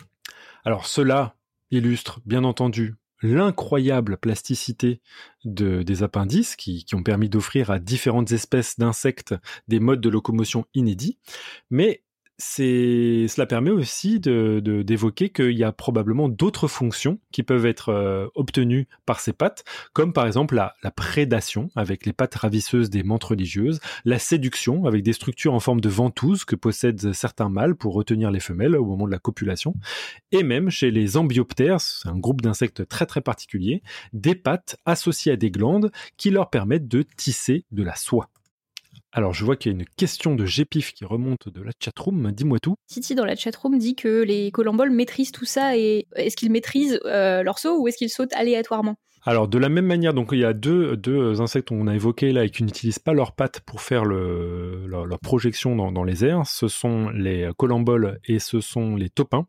Alors, cela illustre, bien entendu, l'incroyable plasticité de, des appendices qui, qui ont permis d'offrir à différentes espèces d'insectes des modes de locomotion inédits, mais c'est, cela permet aussi de, de, d'évoquer qu'il y a probablement d'autres fonctions qui peuvent être euh, obtenues par ces pattes, comme par exemple la, la prédation avec les pattes ravisseuses des mantes religieuses, la séduction avec des structures en forme de ventouse que possèdent certains mâles pour retenir les femelles au moment de la copulation, et même chez les ambioptères, c'est un groupe d'insectes très très particulier, des pattes associées à des glandes qui leur permettent de tisser de la soie. Alors, je vois qu'il y a une question de Gépif qui remonte de la chatroom. Dis-moi tout. Titi, dans la chatroom, dit que les colamboles maîtrisent tout ça. Et est-ce qu'ils maîtrisent euh, leur saut ou est-ce qu'ils sautent aléatoirement ? Alors, de la même manière, donc il y a deux, deux insectes qu'on a évoqués là et qui n'utilisent pas leurs pattes pour faire le, leur, leur projection dans, dans les airs. Ce sont les colamboles et ce sont les taupins.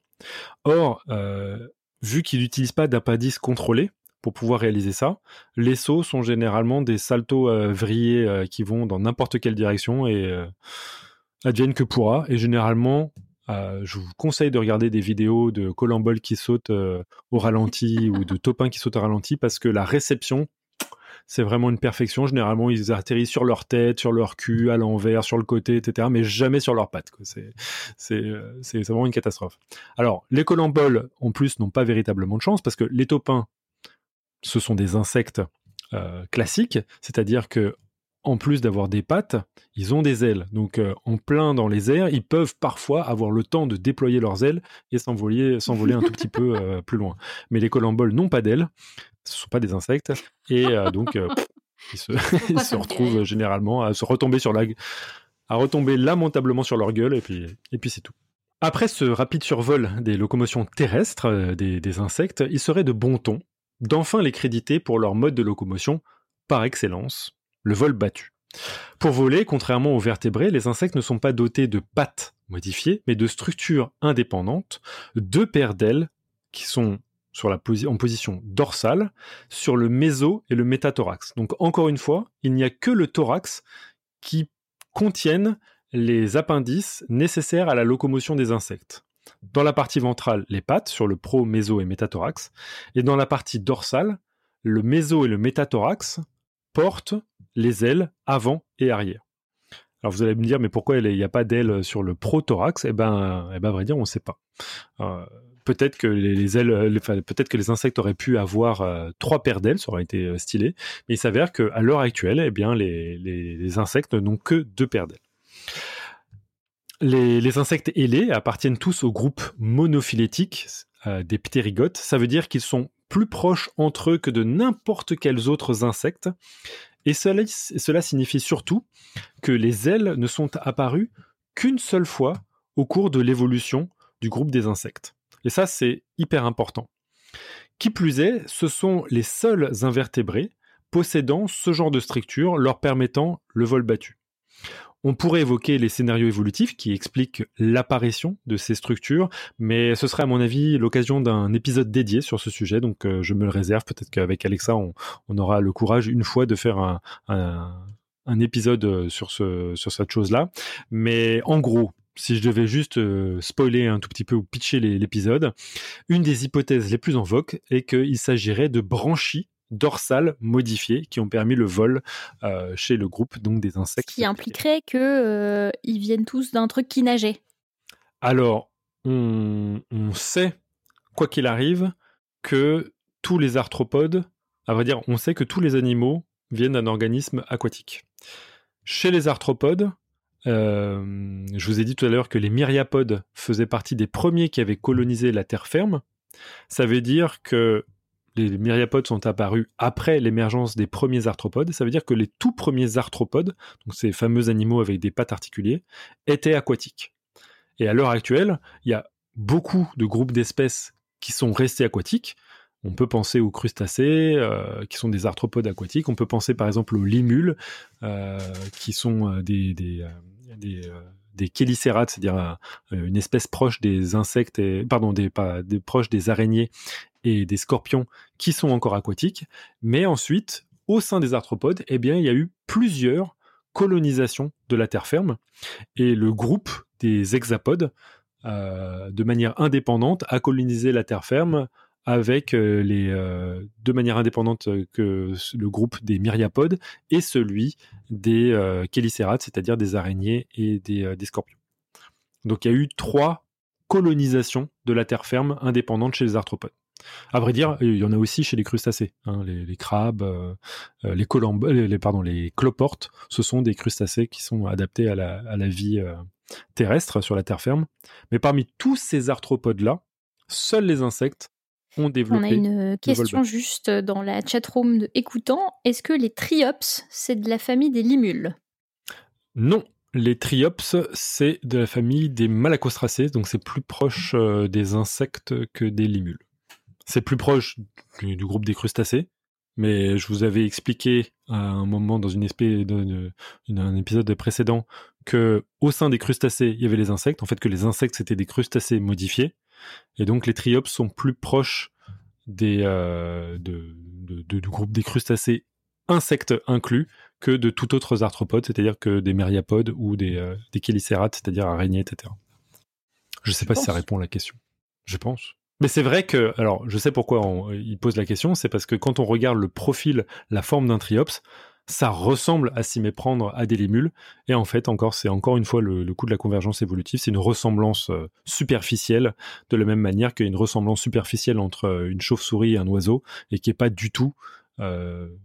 Or, euh, vu qu'ils n'utilisent pas d'appendices contrôlés, pour pouvoir réaliser ça, les sauts sont généralement des saltos euh, vrillés euh, qui vont dans n'importe quelle direction et euh, advienne que pourra. Et généralement, euh, je vous conseille de regarder des vidéos de colamboles qui sautent euh, au ralenti ou de taupins qui sautent au ralenti parce que la réception, c'est vraiment une perfection. Généralement, ils atterrissent sur leur tête, sur leur cul, à l'envers, sur le côté, et cetera, mais jamais sur leurs pattes, quoi. C'est, c'est, c'est, c'est vraiment une catastrophe. Alors, les colamboles, en plus, n'ont pas véritablement de chance parce que les taupins, ce sont des insectes euh, classiques, c'est-à-dire que en plus d'avoir des pattes, ils ont des ailes. Donc, euh, en plein dans les airs, ils peuvent parfois avoir le temps de déployer leurs ailes et s'envoler, s'envoler un tout petit peu euh, plus loin. Mais les colamboles n'ont pas d'ailes, ce ne sont pas des insectes, et euh, donc euh, pff, ils se, ils se retrouvent généralement à se retomber sur la, à retomber lamentablement sur leur gueule, et puis, et puis c'est tout. Après ce rapide survol des locomotions terrestres, euh, des, des insectes, il serait de bon ton d'enfin les créditer pour leur mode de locomotion par excellence, le vol battu. Pour voler, contrairement aux vertébrés, les insectes ne sont pas dotés de pattes modifiées, mais de structures indépendantes, deux paires d'ailes qui sont sur la posi- en position dorsale, sur le méso et le métathorax. Donc encore une fois, il n'y a que le thorax qui contienne les appendices nécessaires à la locomotion des insectes. Dans la partie ventrale, les pattes, sur le pro, méso et métathorax, et dans la partie dorsale, le méso et le métathorax portent les ailes avant et arrière. Alors vous allez me dire, mais pourquoi il n'y a pas d'ailes sur le prothorax ? Eh ben, eh ben, à vrai dire, on ne sait pas. Euh, peut-être que les, les ailes, les, enfin, peut-être que les insectes auraient pu avoir euh, trois paires d'ailes, ça aurait été euh, stylé. Mais il s'avère qu'à l'heure actuelle, eh bien, les, les, les insectes n'ont que deux paires d'ailes. Les, les insectes ailés appartiennent tous au groupe monophylétique euh, des ptérygotes. Ça veut dire qu'ils sont plus proches entre eux que de n'importe quels autres insectes. Et cela, cela signifie surtout que les ailes ne sont apparues qu'une seule fois au cours de l'évolution du groupe des insectes. Et ça, c'est hyper important. Qui plus est, ce sont les seuls invertébrés possédant ce genre de structure leur permettant le vol battu. On pourrait évoquer les scénarios évolutifs qui expliquent l'apparition de ces structures, mais ce serait à mon avis l'occasion d'un épisode dédié sur ce sujet, donc euh, je me le réserve. Peut-être qu'avec Alexa, on, on aura le courage une fois de faire un, un, un épisode sur, ce, sur cette chose-là. Mais en gros, si je devais juste euh, spoiler un tout petit peu ou pitcher les, l'épisode, une des hypothèses les plus en vogue est qu'il s'agirait de branchies dorsales modifiées qui ont permis le vol euh, chez le groupe donc des insectes. Ce qui impliquerait qu'ils euh, viennent tous d'un truc qui nageait. Alors, on, on sait, quoi qu'il arrive, que tous les arthropodes, à vrai dire, on sait que tous les animaux viennent d'un organisme aquatique. Chez les arthropodes, euh, je vous ai dit tout à l'heure que les myriapodes faisaient partie des premiers qui avaient colonisé la terre ferme. Ça veut dire que les myriapodes sont apparus après l'émergence des premiers arthropodes. Ça veut dire que les tout premiers arthropodes, donc ces fameux animaux avec des pattes articulées, étaient aquatiques. Et à l'heure actuelle, il y a beaucoup de groupes d'espèces qui sont restés aquatiques. On peut penser aux crustacés, euh, qui sont des arthropodes aquatiques. On peut penser par exemple aux limules, euh, qui sont euh, des, des, euh, des, euh, des chélicérates, c'est-à-dire euh, une espèce proche des insectes, et, pardon, des, pas, des, proche des araignées et des scorpions qui sont encore aquatiques. Mais ensuite, au sein des arthropodes, eh bien, il y a eu plusieurs colonisations de la terre ferme. Et le groupe des hexapodes, euh, de manière indépendante, a colonisé la terre ferme avec euh, les, euh, de manière indépendante que le groupe des myriapodes et celui des euh, chélicérates, c'est-à-dire des araignées et des, euh, des scorpions. Donc il y a eu trois colonisations de la terre ferme indépendantes chez les arthropodes. À vrai dire, il y en a aussi chez les crustacés, hein, les, les crabes, euh, les, colamb- les, pardon, les cloportes, ce sont des crustacés qui sont adaptés à la, à la vie euh, terrestre sur la terre ferme. Mais parmi tous ces arthropodes-là, seuls les insectes ont développé. On a une question juste dans la chatroom de écoutants. Est-ce que les triops, c'est de la famille des limules ? Non. Les triops, c'est de la famille des malacostracées, donc c'est plus proche euh, des insectes que des limules. C'est plus proche du, du groupe des crustacés, mais je vous avais expliqué à un moment dans une espèce de, de, une, un épisode précédent que au sein des crustacés, il y avait les insectes. En fait, que les insectes, c'était des crustacés modifiés. Et donc, les triops sont plus proches des, euh, de, de, de, du groupe des crustacés, insectes inclus, que de tout autre arthropode, c'est-à-dire que des myriapodes ou des, euh, des chélicérates, c'est-à-dire araignées, et cetera. Je ne sais je pas pense. si ça répond à la question. Je pense. Mais c'est vrai que, alors, je sais pourquoi on, il pose la question, c'est parce que quand on regarde le profil, la forme d'un triops, ça ressemble à s'y méprendre à des limules, et en fait, encore, c'est encore une fois le, le coup de la convergence évolutive, c'est une ressemblance euh, superficielle, de la même manière qu'il y a une ressemblance superficielle entre une chauve-souris et un oiseau, et qui n'est pas du tout euh,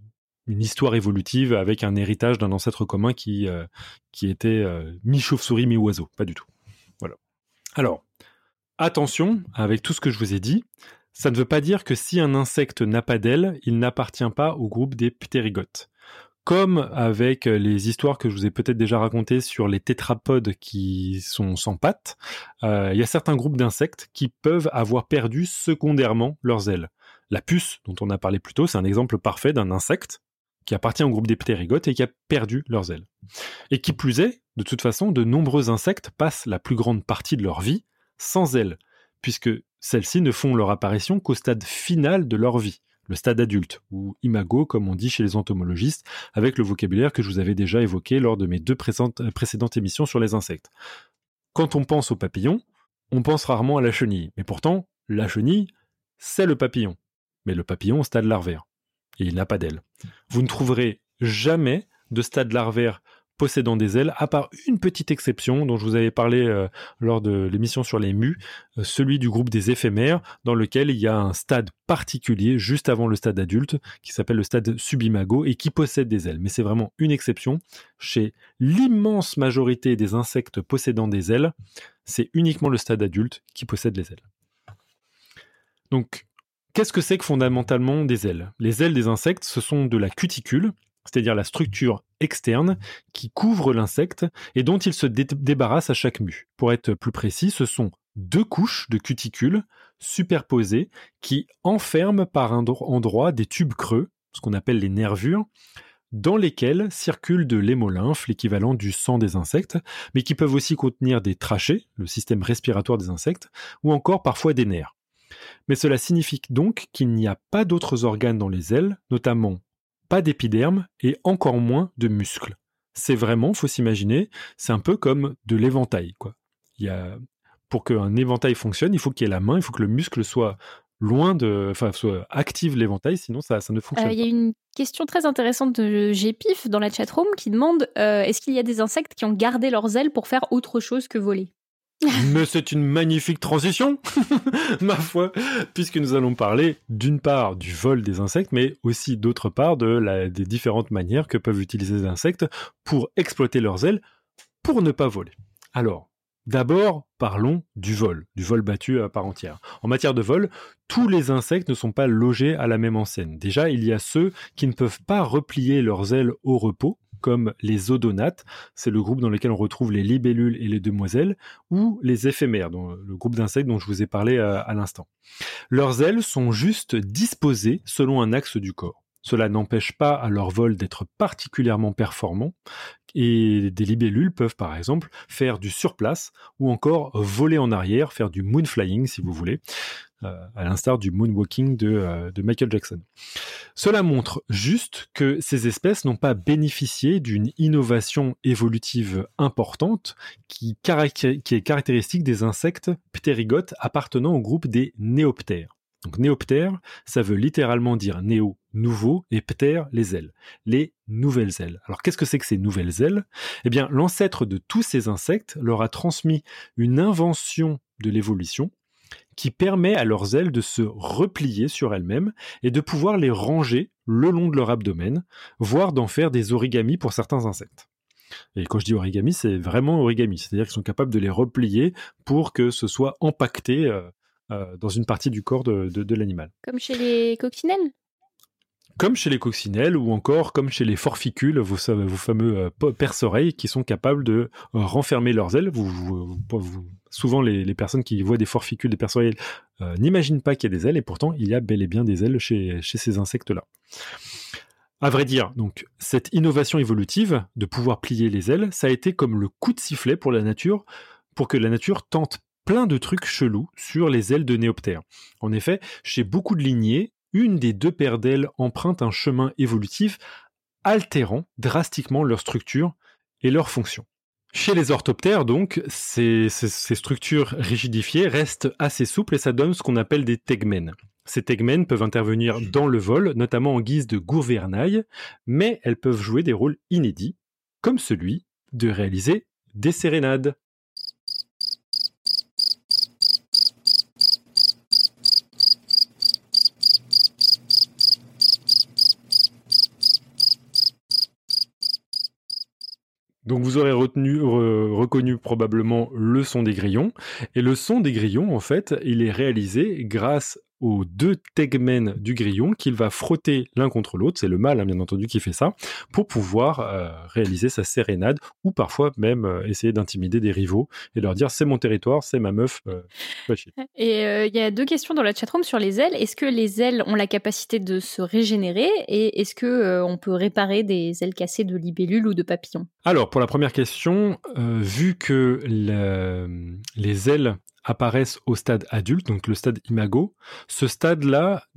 une histoire évolutive avec un héritage d'un ancêtre commun qui, euh, qui était euh, mi-chauve-souris, mi-oiseau. Pas du tout. Voilà. Alors, attention, avec tout ce que je vous ai dit, ça ne veut pas dire que si un insecte n'a pas d'ailes, il n'appartient pas au groupe des ptérygotes. Comme avec les histoires que je vous ai peut-être déjà racontées sur les tétrapodes qui sont sans pattes, euh, il y a certains groupes d'insectes qui peuvent avoir perdu secondairement leurs ailes. La puce, dont on a parlé plus tôt, c'est un exemple parfait d'un insecte qui appartient au groupe des ptérygotes et qui a perdu leurs ailes. Et qui plus est, de toute façon, de nombreux insectes passent la plus grande partie de leur vie sans ailes, puisque celles-ci ne font leur apparition qu'au stade final de leur vie, le stade adulte, ou imago, comme on dit chez les entomologistes, avec le vocabulaire que je vous avais déjà évoqué lors de mes deux précédentes émissions sur les insectes. Quand on pense aux papillons, on pense rarement à la chenille, mais pourtant, la chenille, c'est le papillon, mais le papillon au stade larvaire, et il n'a pas d'ailes. Vous ne trouverez jamais de stade larvaire possédant des ailes, à part une petite exception dont je vous avais parlé euh, lors de l'émission sur les mus, euh, celui du groupe des éphémères, dans lequel il y a un stade particulier, juste avant le stade adulte, qui s'appelle le stade subimago, et qui possède des ailes. Mais c'est vraiment une exception. Chez l'immense majorité des insectes possédant des ailes, c'est uniquement le stade adulte qui possède les ailes. Donc, qu'est-ce que c'est que fondamentalement des ailes ? Les ailes des insectes, ce sont de la cuticule, c'est-à-dire la structure externe qui couvre l'insecte et dont il se dé- débarrasse à chaque mue. Pour être plus précis, ce sont deux couches de cuticule superposées qui enferment par un endroit des tubes creux, ce qu'on appelle les nervures, dans lesquels circule de l'hémolymphe, l'équivalent du sang des insectes, mais qui peuvent aussi contenir des trachées, le système respiratoire des insectes, ou encore parfois des nerfs. Mais cela signifie donc qu'il n'y a pas d'autres organes dans les ailes, notamment pas d'épiderme et encore moins de muscles. C'est vraiment, faut s'imaginer, c'est un peu comme de l'éventail, quoi. Il y a, pour qu'un éventail fonctionne, il faut qu'il y ait la main, il faut que le muscle soit loin de, enfin, soit active l'éventail, sinon ça, ça ne fonctionne euh, pas. Il y a une question très intéressante de Gpif dans la chatroom qui demande euh, est-ce qu'il y a des insectes qui ont gardé leurs ailes pour faire autre chose que voler ? Mais c'est une magnifique transition, ma foi, puisque nous allons parler d'une part du vol des insectes, mais aussi d'autre part de la, des différentes manières que peuvent utiliser les insectes pour exploiter leurs ailes pour ne pas voler. Alors, d'abord, parlons du vol, du vol battu à part entière. En matière de vol, tous les insectes ne sont pas logés à la même enseigne. Déjà, il y a ceux qui ne peuvent pas replier leurs ailes au repos, comme les odonates, c'est le groupe dans lequel on retrouve les libellules et les demoiselles, ou les éphémères, dont, le groupe d'insectes dont je vous ai parlé à, à l'instant. Leurs ailes sont juste disposées selon un axe du corps. Cela n'empêche pas à leur vol d'être particulièrement performant, et des libellules peuvent par exemple faire du surplace, ou encore voler en arrière, faire du moon flying si vous voulez, euh, à l'instar du moonwalking de, euh, de Michael Jackson. Cela montre juste que ces espèces n'ont pas bénéficié d'une innovation évolutive importante qui, caractér- qui est caractéristique des insectes ptérygotes appartenant au groupe des néoptères. Donc néoptère, ça veut littéralement dire néo, nouveau, et ptère, les ailes, les nouvelles ailes. Alors qu'est-ce que c'est que ces nouvelles ailes ? Eh bien, l'ancêtre de tous ces insectes leur a transmis une invention de l'évolution qui permet à leurs ailes de se replier sur elles-mêmes et de pouvoir les ranger le long de leur abdomen, voire d'en faire des origamis pour certains insectes. Et quand je dis origami, c'est vraiment origami, c'est-à-dire qu'ils sont capables de les replier pour que ce soit empaqueté euh, euh, dans une partie du corps de, de, de l'animal. Comme chez les coccinelles ? Comme chez les coccinelles ou encore comme chez les forficules, vos, vos fameux euh, perce-oreilles qui sont capables de euh, renfermer leurs ailes. Vous, vous, vous, souvent, les, les personnes qui voient des forficules, des perce-oreilles, euh, n'imaginent pas qu'il y a des ailes, et pourtant, il y a bel et bien des ailes chez, chez ces insectes-là. À vrai dire, donc, cette innovation évolutive de pouvoir plier les ailes, ça a été comme le coup de sifflet pour la nature, pour que la nature tente plein de trucs chelous sur les ailes de néoptères. En effet, chez beaucoup de lignées, une des deux paires d'ailes emprunte un chemin évolutif altérant drastiquement leur structure et leur fonction. Chez les orthoptères, donc, ces, ces, ces structures rigidifiées restent assez souples et ça donne ce qu'on appelle des tegmènes. Ces tegmènes peuvent intervenir dans le vol, notamment en guise de gouvernail, mais elles peuvent jouer des rôles inédits, comme celui de réaliser des sérénades. Donc vous aurez retenu, re, reconnu probablement le son des grillons. Et le son des grillons, en fait, il est réalisé grâce aux deux tegmen du grillon qu'il va frotter l'un contre l'autre. C'est le mâle, hein, bien entendu, qui fait ça, pour pouvoir euh, réaliser sa sérénade, ou parfois même euh, essayer d'intimider des rivaux et leur dire « c'est mon territoire, c'est ma meuf, euh, pas chier ». Et il euh, y a deux questions dans la chatroom sur les ailes. Est-ce que les ailes ont la capacité de se régénérer et est-ce que euh, on peut réparer des ailes cassées de libellules ou de papillons ? Alors, pour la première question, euh, vu que la, les ailes apparaissent au stade adulte, donc le stade imago, ce stade-là,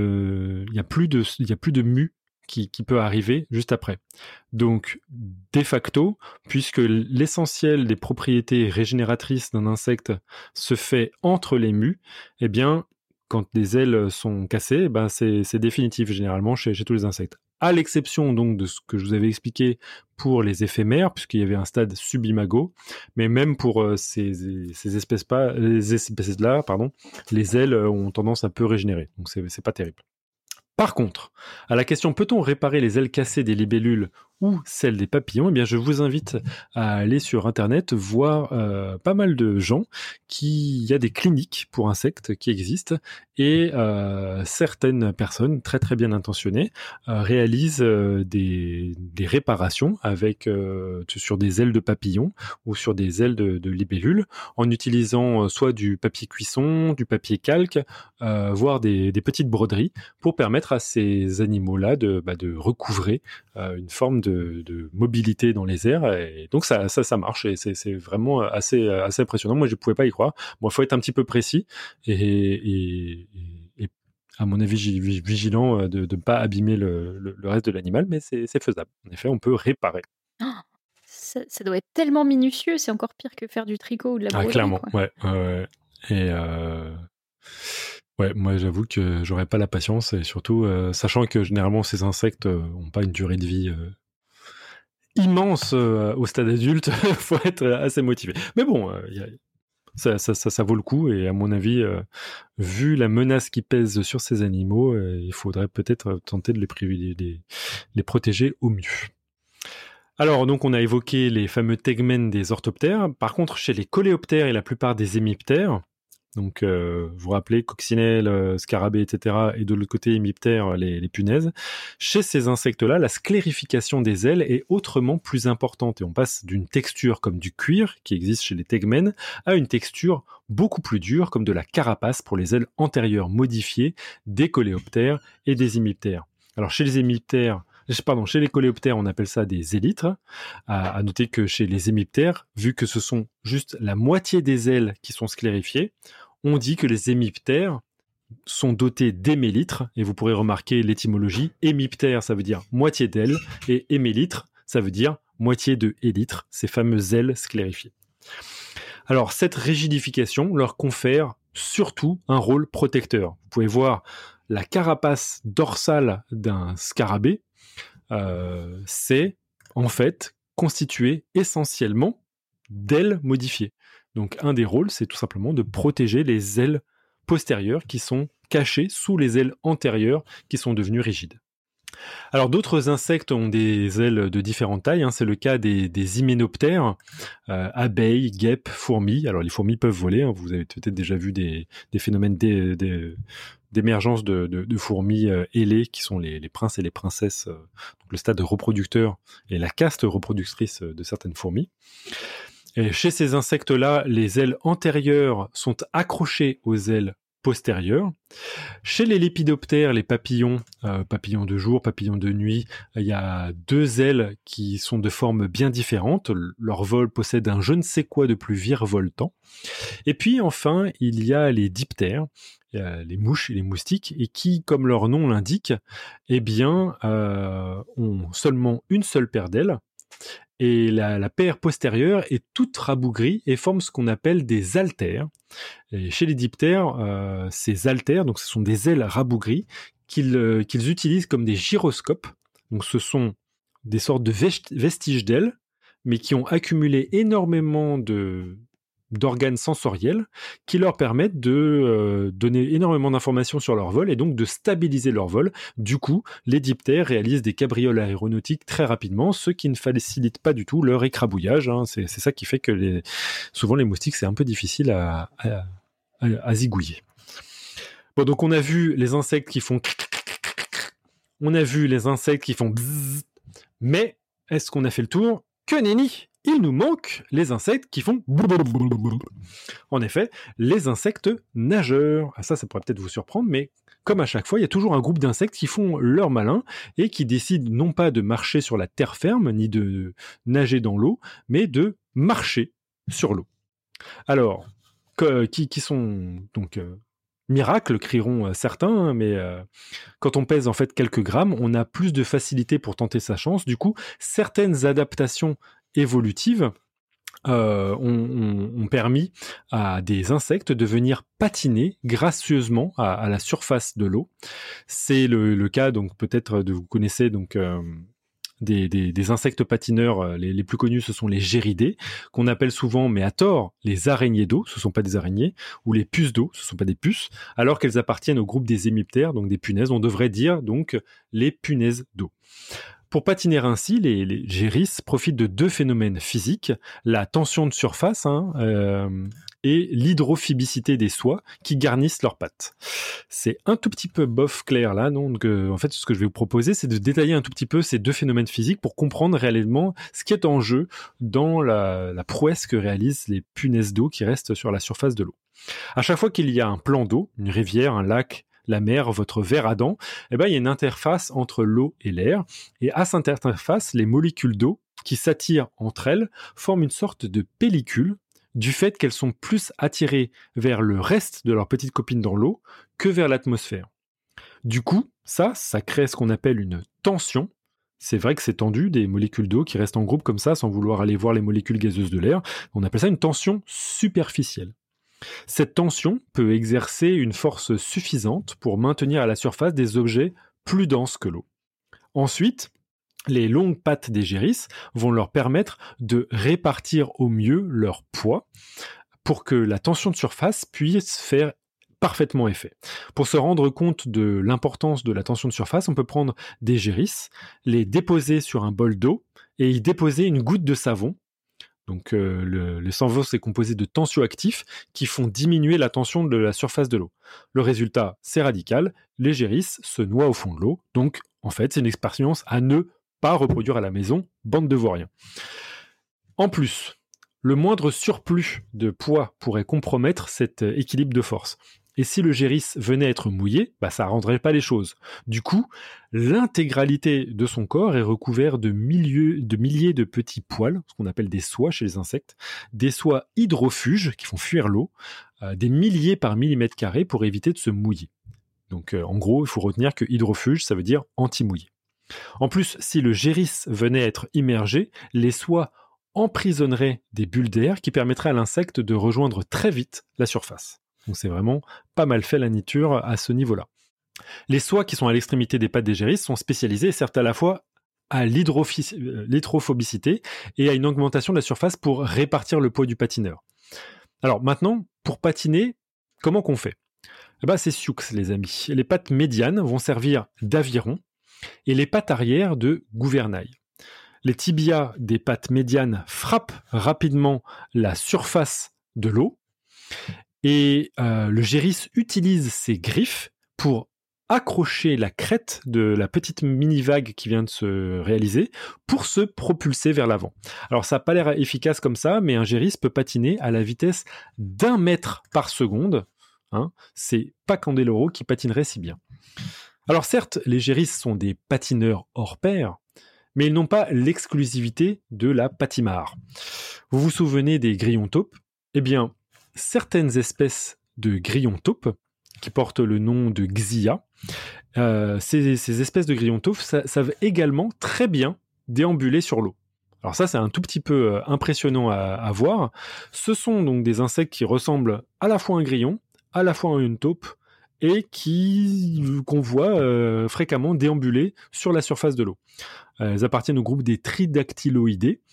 il n'y a plus de, il y a plus de mue qui, qui peut arriver juste après. Donc, de facto, puisque l'essentiel des propriétés régénératrices d'un insecte se fait entre les mues, eh bien, quand des ailes sont cassées, eh ben c'est, c'est définitif généralement chez, chez tous les insectes. À l'exception donc de ce que je vous avais expliqué pour les éphémères, puisqu'il y avait un stade subimago, mais même pour euh, ces, ces espèces pas, les espèces-là, pardon, les ailes ont tendance à peu régénérer, donc c'est, c'est pas terrible. Par contre, à la question « peut-on réparer les ailes cassées des libellules ou celles des papillons ?» Eh bien, je vous invite à aller sur Internet voir euh, pas mal de gens qui... Il y a des cliniques pour insectes qui existent et euh, certaines personnes très très bien intentionnées euh, réalisent euh, des, des réparations avec, euh, sur des ailes de papillons ou sur des ailes de, de libellules en utilisant euh, soit du papier cuisson, du papier calque, euh, voire des, des petites broderies pour permettre à ces animaux-là de, bah, de recouvrer euh, une forme de, de mobilité dans les airs. Et donc ça, ça, ça marche et c'est, c'est vraiment assez, assez impressionnant. Moi, je ne pouvais pas y croire. Bon, il faut être un petit peu précis et, et, et, et à mon avis, vigilant de ne pas abîmer le, le, le reste de l'animal, mais c'est, c'est faisable. En effet, on peut réparer. Oh, ça, ça doit être tellement minutieux, c'est encore pire que faire du tricot ou de la broderie. Ah, clairement, quoi. ouais. Euh, et... Euh... Ouais, moi j'avoue que j'aurais pas la patience et surtout euh, sachant que généralement ces insectes euh, ont pas une durée de vie euh, immense euh, au stade adulte, faut être assez motivé. Mais bon, euh, y a, ça, ça, ça, ça vaut le coup et à mon avis, euh, vu la menace qui pèse sur ces animaux, euh, il faudrait peut-être tenter de les privilégier, les, les protéger au mieux. Alors, donc, on a évoqué les fameux tegmen des orthoptères. Par contre, chez les coléoptères et la plupart des hémiptères, donc, euh, vous vous rappelez, coccinelles, euh, scarabées, et cetera, et de l'autre côté, hémiptères, les, les punaises. Chez ces insectes-là, la sclérification des ailes est autrement plus importante et on passe d'une texture comme du cuir, qui existe chez les tegmen, à une texture beaucoup plus dure, comme de la carapace pour les ailes antérieures modifiées des coléoptères et des hémiptères. Alors, chez les hémiptères, Pardon, chez les coléoptères, on appelle ça des élytres. À, à noter que chez les hémiptères, vu que ce sont juste la moitié des ailes qui sont sclérifiées, on dit que les hémiptères sont dotés d'hémélytres, et vous pourrez remarquer l'étymologie. Hémiptère, ça veut dire moitié d'ailes, et hémélytre, ça veut dire moitié de élytres, ces fameuses ailes sclérifiées. Alors, cette rigidification leur confère surtout un rôle protecteur. Vous pouvez voir la carapace dorsale d'un scarabée, Euh, c'est en fait constitué essentiellement d'ailes modifiées. Donc un des rôles, c'est tout simplement de protéger les ailes postérieures qui sont cachées sous les ailes antérieures qui sont devenues rigides. Alors d'autres insectes ont des ailes de différentes tailles, hein. C'est le cas des, des hyménoptères, euh, abeilles, guêpes, fourmis. Alors les fourmis peuvent voler, hein. Vous avez peut-être déjà vu des, des phénomènes des, des, d'émergence de, de, de fourmis euh, ailées qui sont les, les princes et les princesses, euh, donc le stade reproducteur et la caste reproductrice de certaines fourmis. Et chez ces insectes-là, les ailes antérieures sont accrochées aux ailes postérieures. Chez les lépidoptères, les papillons, euh, papillons de jour, papillons de nuit, il y a deux ailes qui sont de forme bien différente. Leur vol possède un je ne sais quoi de plus virevoltant. Et puis enfin, il y a les diptères, les mouches et les moustiques, et qui, comme leur nom l'indique, eh bien, euh, ont seulement une seule paire d'ailes, et la, la paire postérieure est toute rabougrie et forme ce qu'on appelle des altères. Et chez les diptères, euh, ces altères, donc ce sont des ailes rabougries qu'ils, euh, qu'ils utilisent comme des gyroscopes. Donc ce sont des sortes de vestiges d'ailes, mais qui ont accumulé énormément de d'organes sensoriels qui leur permettent de euh, donner énormément d'informations sur leur vol et donc de stabiliser leur vol. Du coup, les diptères réalisent des cabrioles aéronautiques très rapidement, ce qui ne facilite pas du tout leur écrabouillage. Hein. C'est, c'est ça qui fait que les, souvent les moustiques, c'est un peu difficile à, à, à, à zigouiller. Bon, donc on a vu les insectes qui font... On a vu les insectes qui font... Bzzz, mais est-ce qu'on a fait le tour ? Que nenni ! Il nous manque les insectes qui font... En effet, les insectes nageurs. Ah, ça, ça pourrait peut-être vous surprendre, mais comme à chaque fois, il y a toujours un groupe d'insectes qui font leur malin et qui décident non pas de marcher sur la terre ferme, ni de nager dans l'eau, mais de marcher sur l'eau. Alors, que, qui, qui sont donc... Euh, miracle, crieront certains, mais euh, quand on pèse en fait quelques grammes, on a plus de facilité pour tenter sa chance. Du coup, certaines adaptations évolutives euh, ont, ont, ont permis à des insectes de venir patiner gracieusement à, à la surface de l'eau. C'est le, le cas, donc peut-être de vous connaissez donc euh, Des, des, des insectes patineurs, les, les plus connus, ce sont les géridés, qu'on appelle souvent, mais à tort, les araignées d'eau, ce ne sont pas des araignées, ou les puces d'eau, ce ne sont pas des puces, alors qu'elles appartiennent au groupe des hémiptères, donc des punaises. On devrait dire donc les punaises d'eau. Pour patiner ainsi, les, les gérisses profitent de deux phénomènes physiques, la tension de surface hein, euh, et l'hydrophobicité des soies qui garnissent leurs pattes. C'est un tout petit peu bof clair là, donc euh, en fait ce que je vais vous proposer c'est de détailler un tout petit peu ces deux phénomènes physiques pour comprendre réellement ce qui est en jeu dans la, la prouesse que réalisent les punaises d'eau qui restent sur la surface de l'eau. À chaque fois qu'il y a un plan d'eau, une rivière, un lac, la mer, votre verre à dents, eh ben, il y a une interface entre l'eau et l'air. Et à cette interface, les molécules d'eau qui s'attirent entre elles forment une sorte de pellicule du fait qu'elles sont plus attirées vers le reste de leurs petites copines dans l'eau que vers l'atmosphère. Du coup, ça, ça crée ce qu'on appelle une tension. C'est vrai que c'est tendu, des molécules d'eau qui restent en groupe comme ça sans vouloir aller voir les molécules gazeuses de l'air. On appelle ça une tension superficielle. Cette tension peut exercer une force suffisante pour maintenir à la surface des objets plus denses que l'eau. Ensuite, les longues pattes des gérisses vont leur permettre de répartir au mieux leur poids pour que la tension de surface puisse faire parfaitement effet. Pour se rendre compte de l'importance de la tension de surface, on peut prendre des gérisses, les déposer sur un bol d'eau et y déposer une goutte de savon. Donc euh, le, le savon c'est composé de tensioactifs qui font diminuer la tension de la surface de l'eau. Le résultat, c'est radical, les gérisses se noient au fond de l'eau. Donc en fait, c'est une expérience à ne pas reproduire à la maison, bande de vauriens. En plus, le moindre surplus de poids pourrait compromettre cet équilibre de force. Et si le géris venait à être mouillé, bah ça ne rendrait pas les choses. Du coup, l'intégralité de son corps est recouvert de, milieu, de milliers de petits poils, ce qu'on appelle des soies chez les insectes, des soies hydrofuges qui font fuir l'eau, euh, des milliers par millimètre carré pour éviter de se mouiller. Donc euh, en gros, il faut retenir que hydrofuge, ça veut dire anti-mouillé. En plus, si le géris venait à être immergé, les soies emprisonneraient des bulles d'air qui permettraient à l'insecte de rejoindre très vite la surface. Donc c'est vraiment pas mal fait la nature à ce niveau-là. Les soies qui sont à l'extrémité des pattes des géris sont spécialisées et servent à la fois à l'hydrophobicité et à une augmentation de la surface pour répartir le poids du patineur. Alors maintenant, pour patiner, comment qu'on fait ? Eh ben, c'est sioux les amis. Les pattes médianes vont servir d'aviron et les pattes arrière de gouvernail. Les tibias des pattes médianes frappent rapidement la surface de l'eau et euh, le géris utilise ses griffes pour accrocher la crête de la petite mini-vague qui vient de se réaliser pour se propulser vers l'avant. Alors ça n'a pas l'air efficace comme ça, mais un géris peut patiner à la vitesse d'un mètre par seconde. Hein, c'est pas Candeloro qui patinerait si bien. Alors certes, les géris sont des patineurs hors pair, mais ils n'ont pas l'exclusivité de la patimare. Vous vous souvenez des grillons taupes ? Eh bien, certaines espèces de grillons taupes, qui portent le nom de Xia, euh, ces, ces espèces de grillons taupes sa, savent également très bien déambuler sur l'eau. Alors ça, c'est un tout petit peu euh, impressionnant à, à voir. Ce sont donc des insectes qui ressemblent à la fois à un grillon, à la fois à une taupe, et qui, qu'on voit euh, fréquemment déambuler sur la surface de l'eau. Euh, elles appartiennent au groupe des tridactyloïdés,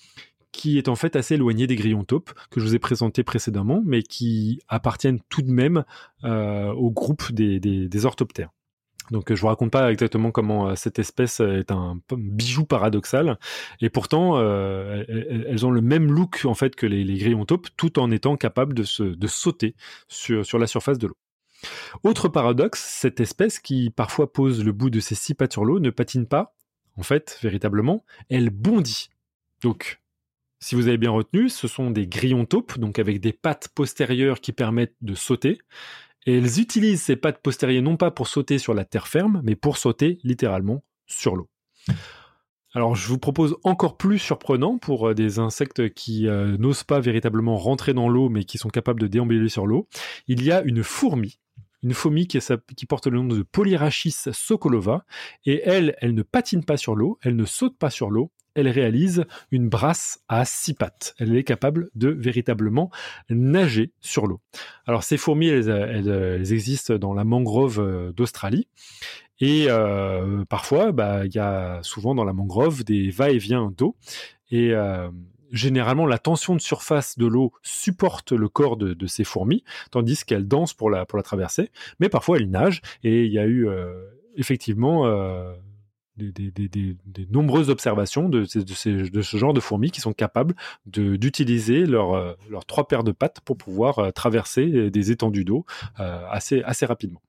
qui est en fait assez éloigné des grillons taupes que je vous ai présentés précédemment, mais qui appartiennent tout de même euh, au groupe des, des, des orthoptères. Donc je vous raconte pas exactement comment euh, cette espèce est un bijou paradoxal, et pourtant euh, elles, elles ont le même look en fait que les, les grillons taupes, tout en étant capables de, se, de sauter sur, sur la surface de l'eau. Autre paradoxe, cette espèce qui parfois pose le bout de ses six pattes sur l'eau ne patine pas, en fait, véritablement, elle bondit. Donc, si vous avez bien retenu, ce sont des grillons taupes, donc avec des pattes postérieures qui permettent de sauter, et elles utilisent ces pattes postérieures non pas pour sauter sur la terre ferme, mais pour sauter littéralement sur l'eau. Alors, je vous propose encore plus surprenant pour des insectes qui euh, n'osent pas véritablement rentrer dans l'eau, mais qui sont capables de déambuler sur l'eau. Il y a une fourmi, une fourmi qui, qui porte le nom de Polyrachis sokolova, et elle, elle ne patine pas sur l'eau, elle ne saute pas sur l'eau, elle réalise une brasse à six pattes. Elle est capable de véritablement nager sur l'eau. Alors, ces fourmis, elles, elles, elles existent dans la mangrove d'Australie. Et euh, parfois, bah, y a souvent dans la mangrove des va-et-vient d'eau. Et euh, généralement, la tension de surface de l'eau supporte le corps de, de ces fourmis, tandis qu'elles dansent pour la, pour la traverser. Mais parfois, elles nagent. Et il y a eu euh, effectivement euh, des, des, des, des, des nombreuses observations de, de, ces, de ce genre de fourmis qui sont capables de, d'utiliser leurs euh, leurs trois paires de pattes pour pouvoir euh, traverser des étendues d'eau euh, assez, assez rapidement.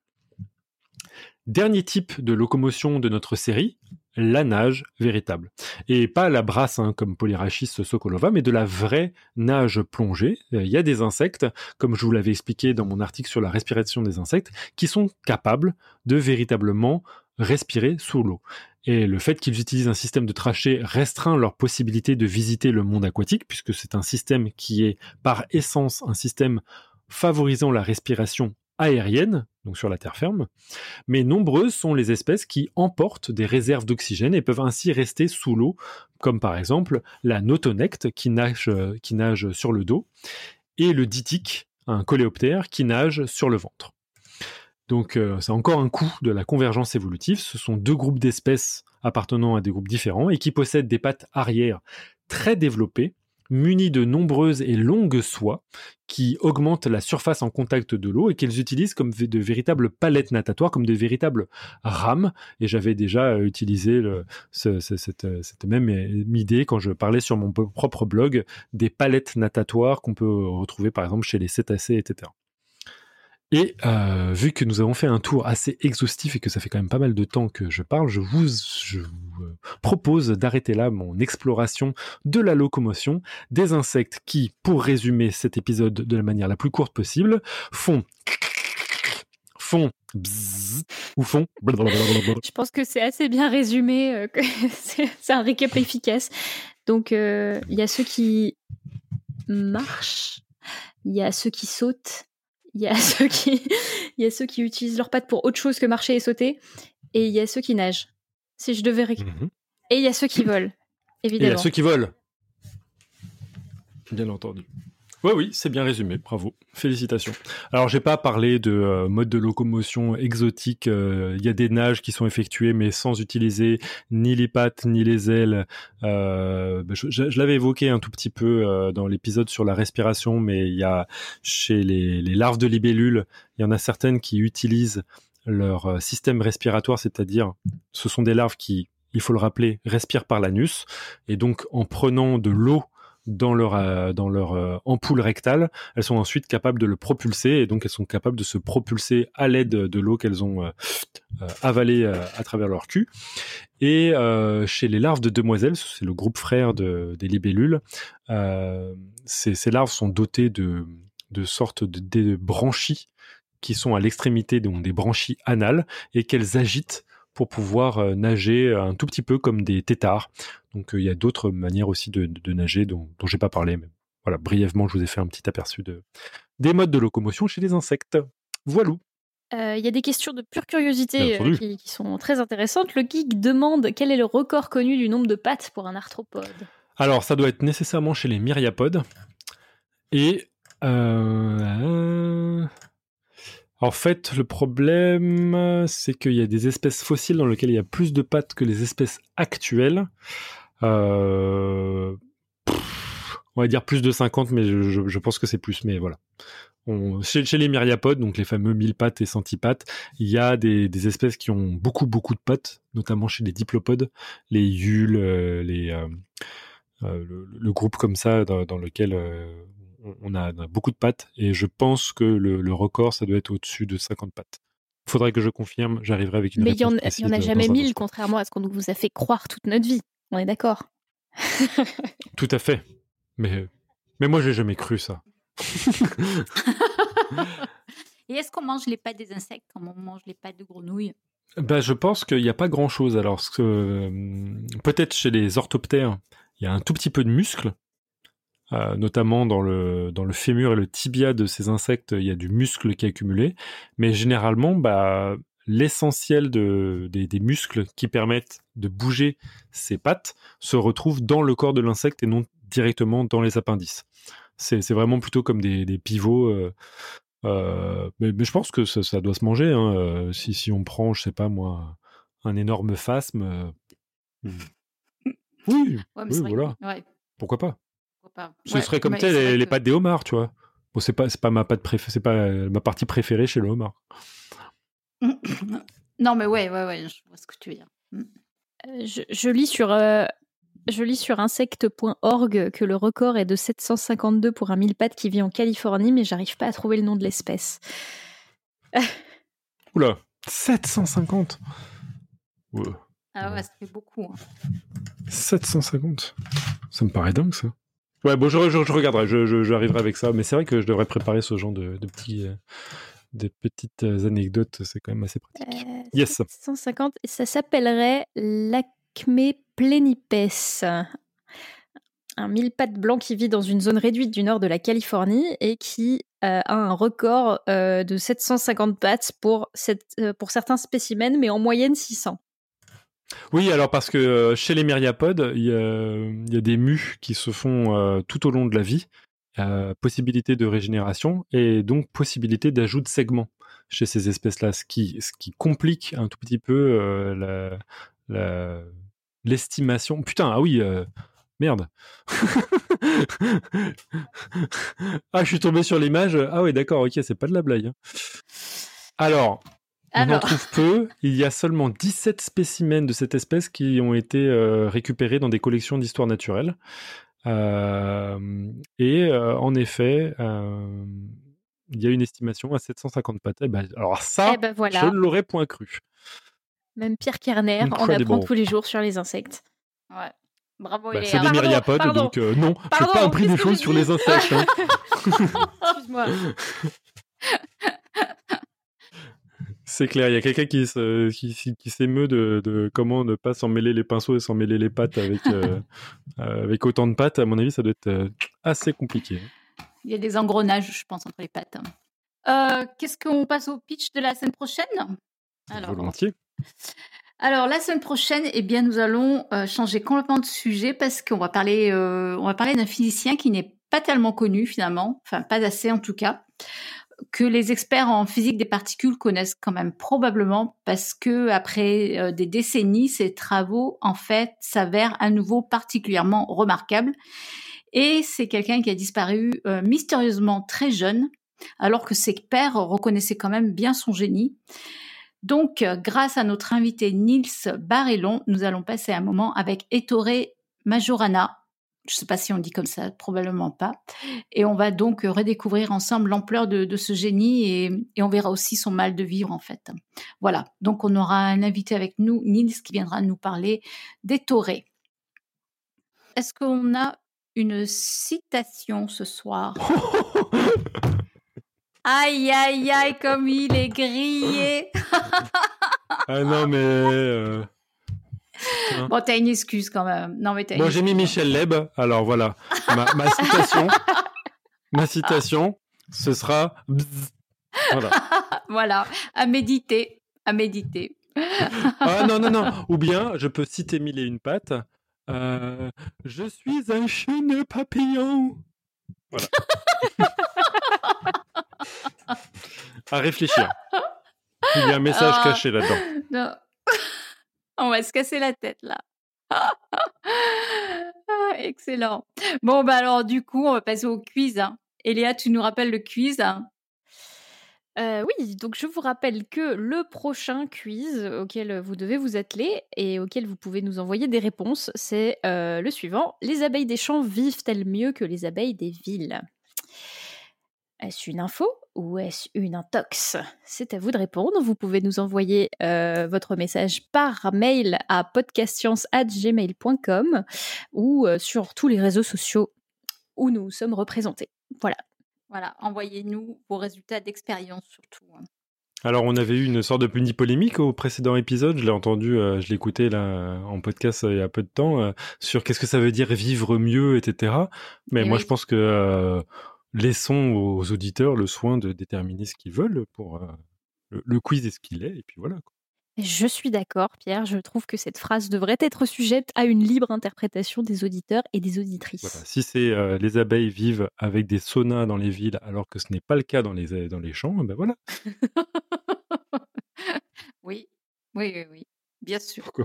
Dernier type de locomotion de notre série, la nage véritable. Et pas la brasse hein, comme Polyrachis sokolova, mais de la vraie nage plongée. Il y a des insectes, comme je vous l'avais expliqué dans mon article sur la respiration des insectes, qui sont capables de véritablement respirer sous l'eau. Et le fait qu'ils utilisent un système de trachée restreint leur possibilité de visiter le monde aquatique, puisque c'est un système qui est par essence un système favorisant la respiration aérienne, donc sur la terre ferme, mais nombreuses sont les espèces qui emportent des réserves d'oxygène et peuvent ainsi rester sous l'eau, comme par exemple la notonecte qui nage, qui nage sur le dos, et le ditique, un coléoptère qui nage sur le ventre. Donc euh, c'est encore un coup de la convergence évolutive, ce sont deux groupes d'espèces appartenant à des groupes différents et qui possèdent des pattes arrière très développées, munis de nombreuses et longues soies qui augmentent la surface en contact de l'eau et qu'elles utilisent comme de véritables palettes natatoires, comme de véritables rames. Et j'avais déjà utilisé le, ce, ce, cette, cette même idée quand je parlais sur mon propre blog des palettes natatoires qu'on peut retrouver par exemple chez les cétacés, et cetera. Et euh, vu que nous avons fait un tour assez exhaustif et que ça fait quand même pas mal de temps que je parle, je vous, je vous euh, propose d'arrêter là mon exploration de la locomotion des insectes qui, pour résumer cet épisode de la manière la plus courte possible, font font bzzz, ou font blablabla. Je pense que c'est assez bien résumé, euh, que c'est, c'est un récap efficace. Donc il euh, y a ceux qui marchent, il y a ceux qui sautent, il y a ceux qui il y a ceux qui utilisent leurs pattes pour autre chose que marcher et sauter, et il y a ceux qui nagent, si je devais récupérer. Mm-hmm. Et il y a ceux qui volent, évidemment. Et il y a ceux qui volent, bien entendu. Oui, oui, c'est bien résumé, bravo, félicitations. Alors, j'ai pas parlé de euh, mode de locomotion exotique, il euh, y a des nages qui sont effectuées, mais sans utiliser ni les pattes, ni les ailes. Euh, je, je, je l'avais évoqué un tout petit peu euh, dans l'épisode sur la respiration, mais il y a, chez les, les larves de libellules, il y en a certaines qui utilisent leur euh, système respiratoire, c'est-à-dire, ce sont des larves qui, il faut le rappeler, respirent par l'anus, et donc, en prenant de l'eau dans leur, euh, dans leur euh, ampoule rectale, elles sont ensuite capables de le propulser, et donc elles sont capables de se propulser à l'aide de l'eau qu'elles ont euh, euh, avalée euh, à travers leur cul. Et euh, chez les larves de demoiselles, c'est le groupe frère de, des libellules, euh, ces, ces larves sont dotées de, de sortes de, de branchies qui sont à l'extrémité, donc des branchies anales, et qu'elles agitent pour pouvoir euh, nager un tout petit peu comme des têtards. Donc il euh, y a d'autres manières aussi de, de, de nager dont, dont j'ai pas parlé, mais voilà, brièvement je vous ai fait un petit aperçu de, des modes de locomotion chez les insectes. Voilà. Il euh, y a des questions de pure curiosité euh, qui, qui sont très intéressantes. Le geek demande quel est le record connu du nombre de pattes pour un arthropode. Alors ça doit être nécessairement chez les myriapodes. Et euh... en fait, le problème, c'est qu'il y a des espèces fossiles dans lesquelles il y a plus de pattes que les espèces actuelles. Euh... on va dire plus de cinquante, mais je, je, je pense que c'est plus. Mais voilà. On, chez, chez les myriapodes, donc les fameux mille pattes et centipattes, il y a des, des espèces qui ont beaucoup, beaucoup de pattes, notamment chez les diplopodes, les yules, euh, les, euh, euh, le, le groupe comme ça dans, dans lequel euh, on, a, on a beaucoup de pattes. Et je pense que le, le record, ça doit être au-dessus de cinquante pattes. Il faudrait que je confirme, j'arriverai avec une Mais réponse Mais il n'y en a jamais mille, contrairement à ce qu'on vous a fait croire toute notre vie. On est d'accord. Tout à fait. Mais, mais moi, j'ai jamais cru ça. Et est-ce qu'on mange les pattes des insectes comme on mange les pattes de grenouilles? Ben, je pense qu'il n'y a pas grand-chose. Alors, ce que, euh, peut-être chez les orthoptères, il y a un tout petit peu de muscle, euh, notamment dans le, dans le fémur et le tibia de ces insectes, il y a du muscle qui est accumulé. Mais généralement, bah, l'essentiel de, des, des muscles qui permettent de bouger ces pattes se retrouve dans le corps de l'insecte et non directement dans les appendices. C'est, c'est vraiment plutôt comme des, des pivots. Euh, euh, mais, mais je pense que ça, ça doit se manger. Hein. Euh, si, si on prend, je sais pas moi, un énorme phasme. Euh... Oui, ouais, oui voilà. Que... Ouais. Pourquoi pas? Pourquoi pas Ce ouais, serait comme tel les, que... les pattes des homards, tu vois. Bon, c'est pas, c'est pas ma patte préférée, c'est pas ma partie préférée chez le homard. Non, mais ouais, ouais, ouais, je vois ce que tu veux dire. Euh, je, je lis sur. Euh... Je lis sur insecte point org que le record est de sept cent cinquante-deux pour un mille pattes qui vit en Californie, mais j'arrive pas à trouver le nom de l'espèce. Oula, sept cent cinquante ouais. Ah ouais, ça fait beaucoup. Hein. sept cent cinquante Ça me paraît dingue, ça. Ouais, bon, je, je, je regarderai, je, je, j'arriverai avec ça, mais c'est vrai que je devrais préparer ce genre de, de petits... Euh... des petites anecdotes, c'est quand même assez pratique. Euh, yes. sept cent cinquante, ça s'appellerait l'Acme plenipes, un mille pattes blanc qui vit dans une zone réduite du nord de la Californie et qui euh, a un record euh, de sept cent cinquante pattes pour, cette, euh, pour certains spécimens, mais en moyenne six cents. Oui, alors parce que euh, chez les myriapodes, il y, y a des mues qui se font euh, tout au long de la vie. Euh, possibilité de régénération et donc possibilité d'ajout de segments chez ces espèces-là, ce qui, ce qui complique un tout petit peu euh, la, la, l'estimation. Putain, ah oui, euh, merde. Ah, je suis tombé sur l'image. Ah oui, d'accord, ok, c'est pas de la blague. Hein. Alors, on Alors... en trouve peu. Il y a seulement dix-sept spécimens de cette espèce qui ont été euh, récupérés dans des collections d'histoire naturelle. Euh, et euh, en effet, euh, il y a une estimation à sept cent cinquante pattes. Eh ben, alors ça, eh ben voilà. je ne l'aurais point cru. Même Pierre Kerner en apprend tous les jours sur les insectes. Ouais. Bravo, bah, c'est des myriapodes, donc euh, non, je n'ai pas appris des choses sur les insectes. Hein. Excuse-moi. C'est clair, il y a quelqu'un qui, se, qui, qui s'émeut de, de comment ne pas s'en mêler les pinceaux et s'en mêler les pattes avec, euh, avec autant de pattes. À mon avis, ça doit être euh, assez compliqué. Il y a des engrenages, je pense, entre les pattes. Euh, qu'est-ce qu'on passe au pitch de la semaine prochaine? Alors, volontiers. Alors, la semaine prochaine, eh bien, nous allons euh, changer complètement de sujet parce qu'on va parler, euh, on va parler d'un physicien qui n'est pas tellement connu, finalement. Enfin, pas assez, en tout cas. Que les experts en physique des particules connaissent quand même probablement parce que après euh, des décennies, ces travaux en fait s'avèrent à nouveau particulièrement remarquables. Et c'est quelqu'un qui a disparu euh, mystérieusement très jeune, alors que ses pairs reconnaissaient quand même bien son génie. Donc, euh, grâce à notre invité Niels Barrellon, nous allons passer un moment avec Ettore Majorana. Je ne sais pas si on dit comme ça, probablement pas. Et on va donc redécouvrir ensemble l'ampleur de, de ce génie et, et on verra aussi son mal de vivre, en fait. Voilà. Donc, on aura un invité avec nous, Niels, qui viendra nous parler d'Ettore. Est-ce qu'on a une citation ce soir? Aïe, aïe, aïe, comme il est grillé. Ah non, mais... Euh... Hein. Bon, t'as une excuse quand même. Non, mais t'as bon, une j'ai mis Michel Leb. Alors voilà, ma, ma citation, ma citation, ce sera. Bzz. Voilà. Voilà, à méditer, à méditer. Ah non non non. Ou bien, je peux citer mille et une pattes. Euh, je suis un chêne papillon. Voilà. À réfléchir. Il y a un message ah, caché là-dedans. Non. On va se casser la tête, là. Excellent. Bon, bah alors, du coup, on va passer au quiz. Hein. Eléa, tu nous rappelles le quiz hein Euh, oui, donc je vous rappelle que le prochain quiz auquel vous devez vous atteler et auquel vous pouvez nous envoyer des réponses, c'est euh, le suivant. Les abeilles des champs vivent-elles mieux que les abeilles des villes ? Est-ce une info ou est-ce une intox ? C'est à vous de répondre. Vous pouvez nous envoyer euh, votre message par mail à podcastscience arobase gmail point com ou euh, sur tous les réseaux sociaux où nous sommes représentés. Voilà. Voilà, envoyez-nous vos résultats d'expérience surtout. Alors, on avait eu une sorte de mini polémique au précédent épisode. Je l'ai entendu, euh, je l'ai écouté là en podcast euh, il y a peu de temps euh, sur qu'est-ce que ça veut dire vivre mieux, et cetera. Mais Et moi, oui. je pense que euh, laissons aux auditeurs le soin de déterminer ce qu'ils veulent pour euh, le, le quiz est ce qu'il est, et puis voilà. Quoi. Je suis d'accord, Pierre. Je trouve que cette phrase devrait être sujette à une libre interprétation des auditeurs et des auditrices. Voilà. Si c'est euh, les abeilles vivent avec des saunas dans les villes alors que ce n'est pas le cas dans les, dans les champs, ben voilà. oui, oui, oui, oui, bien sûr. Pourquoi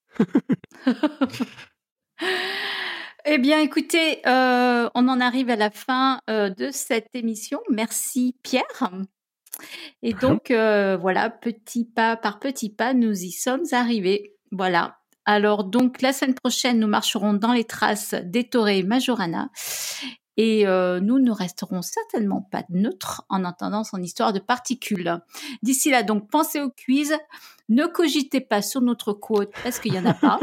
Eh bien, écoutez, euh, on en arrive à la fin euh, de cette émission. Merci, Pierre. Et donc, euh, voilà, petit pas par petit pas, nous y sommes arrivés. Voilà. Alors, donc, la semaine prochaine, nous marcherons dans les traces d'Ettore Majorana. Et euh, nous ne resterons certainement pas neutres en entendant son histoire de particules. D'ici là, donc, pensez au quiz. Ne cogitez pas sur notre quote parce qu'il n'y en a pas.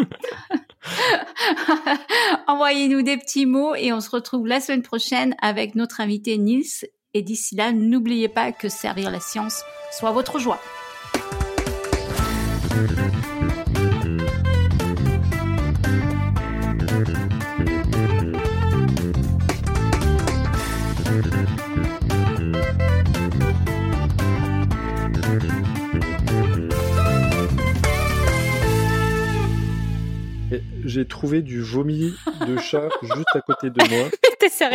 Envoyez-nous des petits mots et on se retrouve la semaine prochaine avec notre invité Nils. Et d'ici là, n'oubliez pas que servir la science soit votre joie. J'ai trouvé du vomi de chat juste à côté de moi. Mais t'es sérieux ?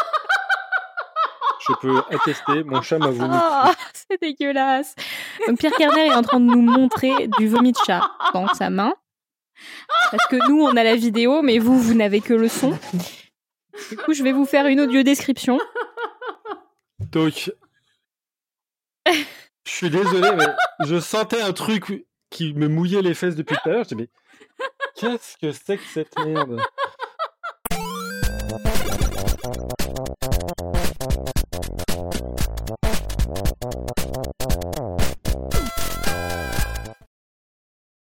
Je peux attester, mon chat m'a vomi. Oh, c'est dégueulasse. Donc Pierre Kerner est en train de nous montrer du vomi de chat dans sa main. Parce que nous, on a la vidéo, mais vous, vous n'avez que le son. Du coup, je vais vous faire une audio description. Donc, je suis désolé, mais je sentais un truc qui me mouillait les fesses depuis tout à l'heure. Je dis, mais qu'est-ce que c'est que cette merde ?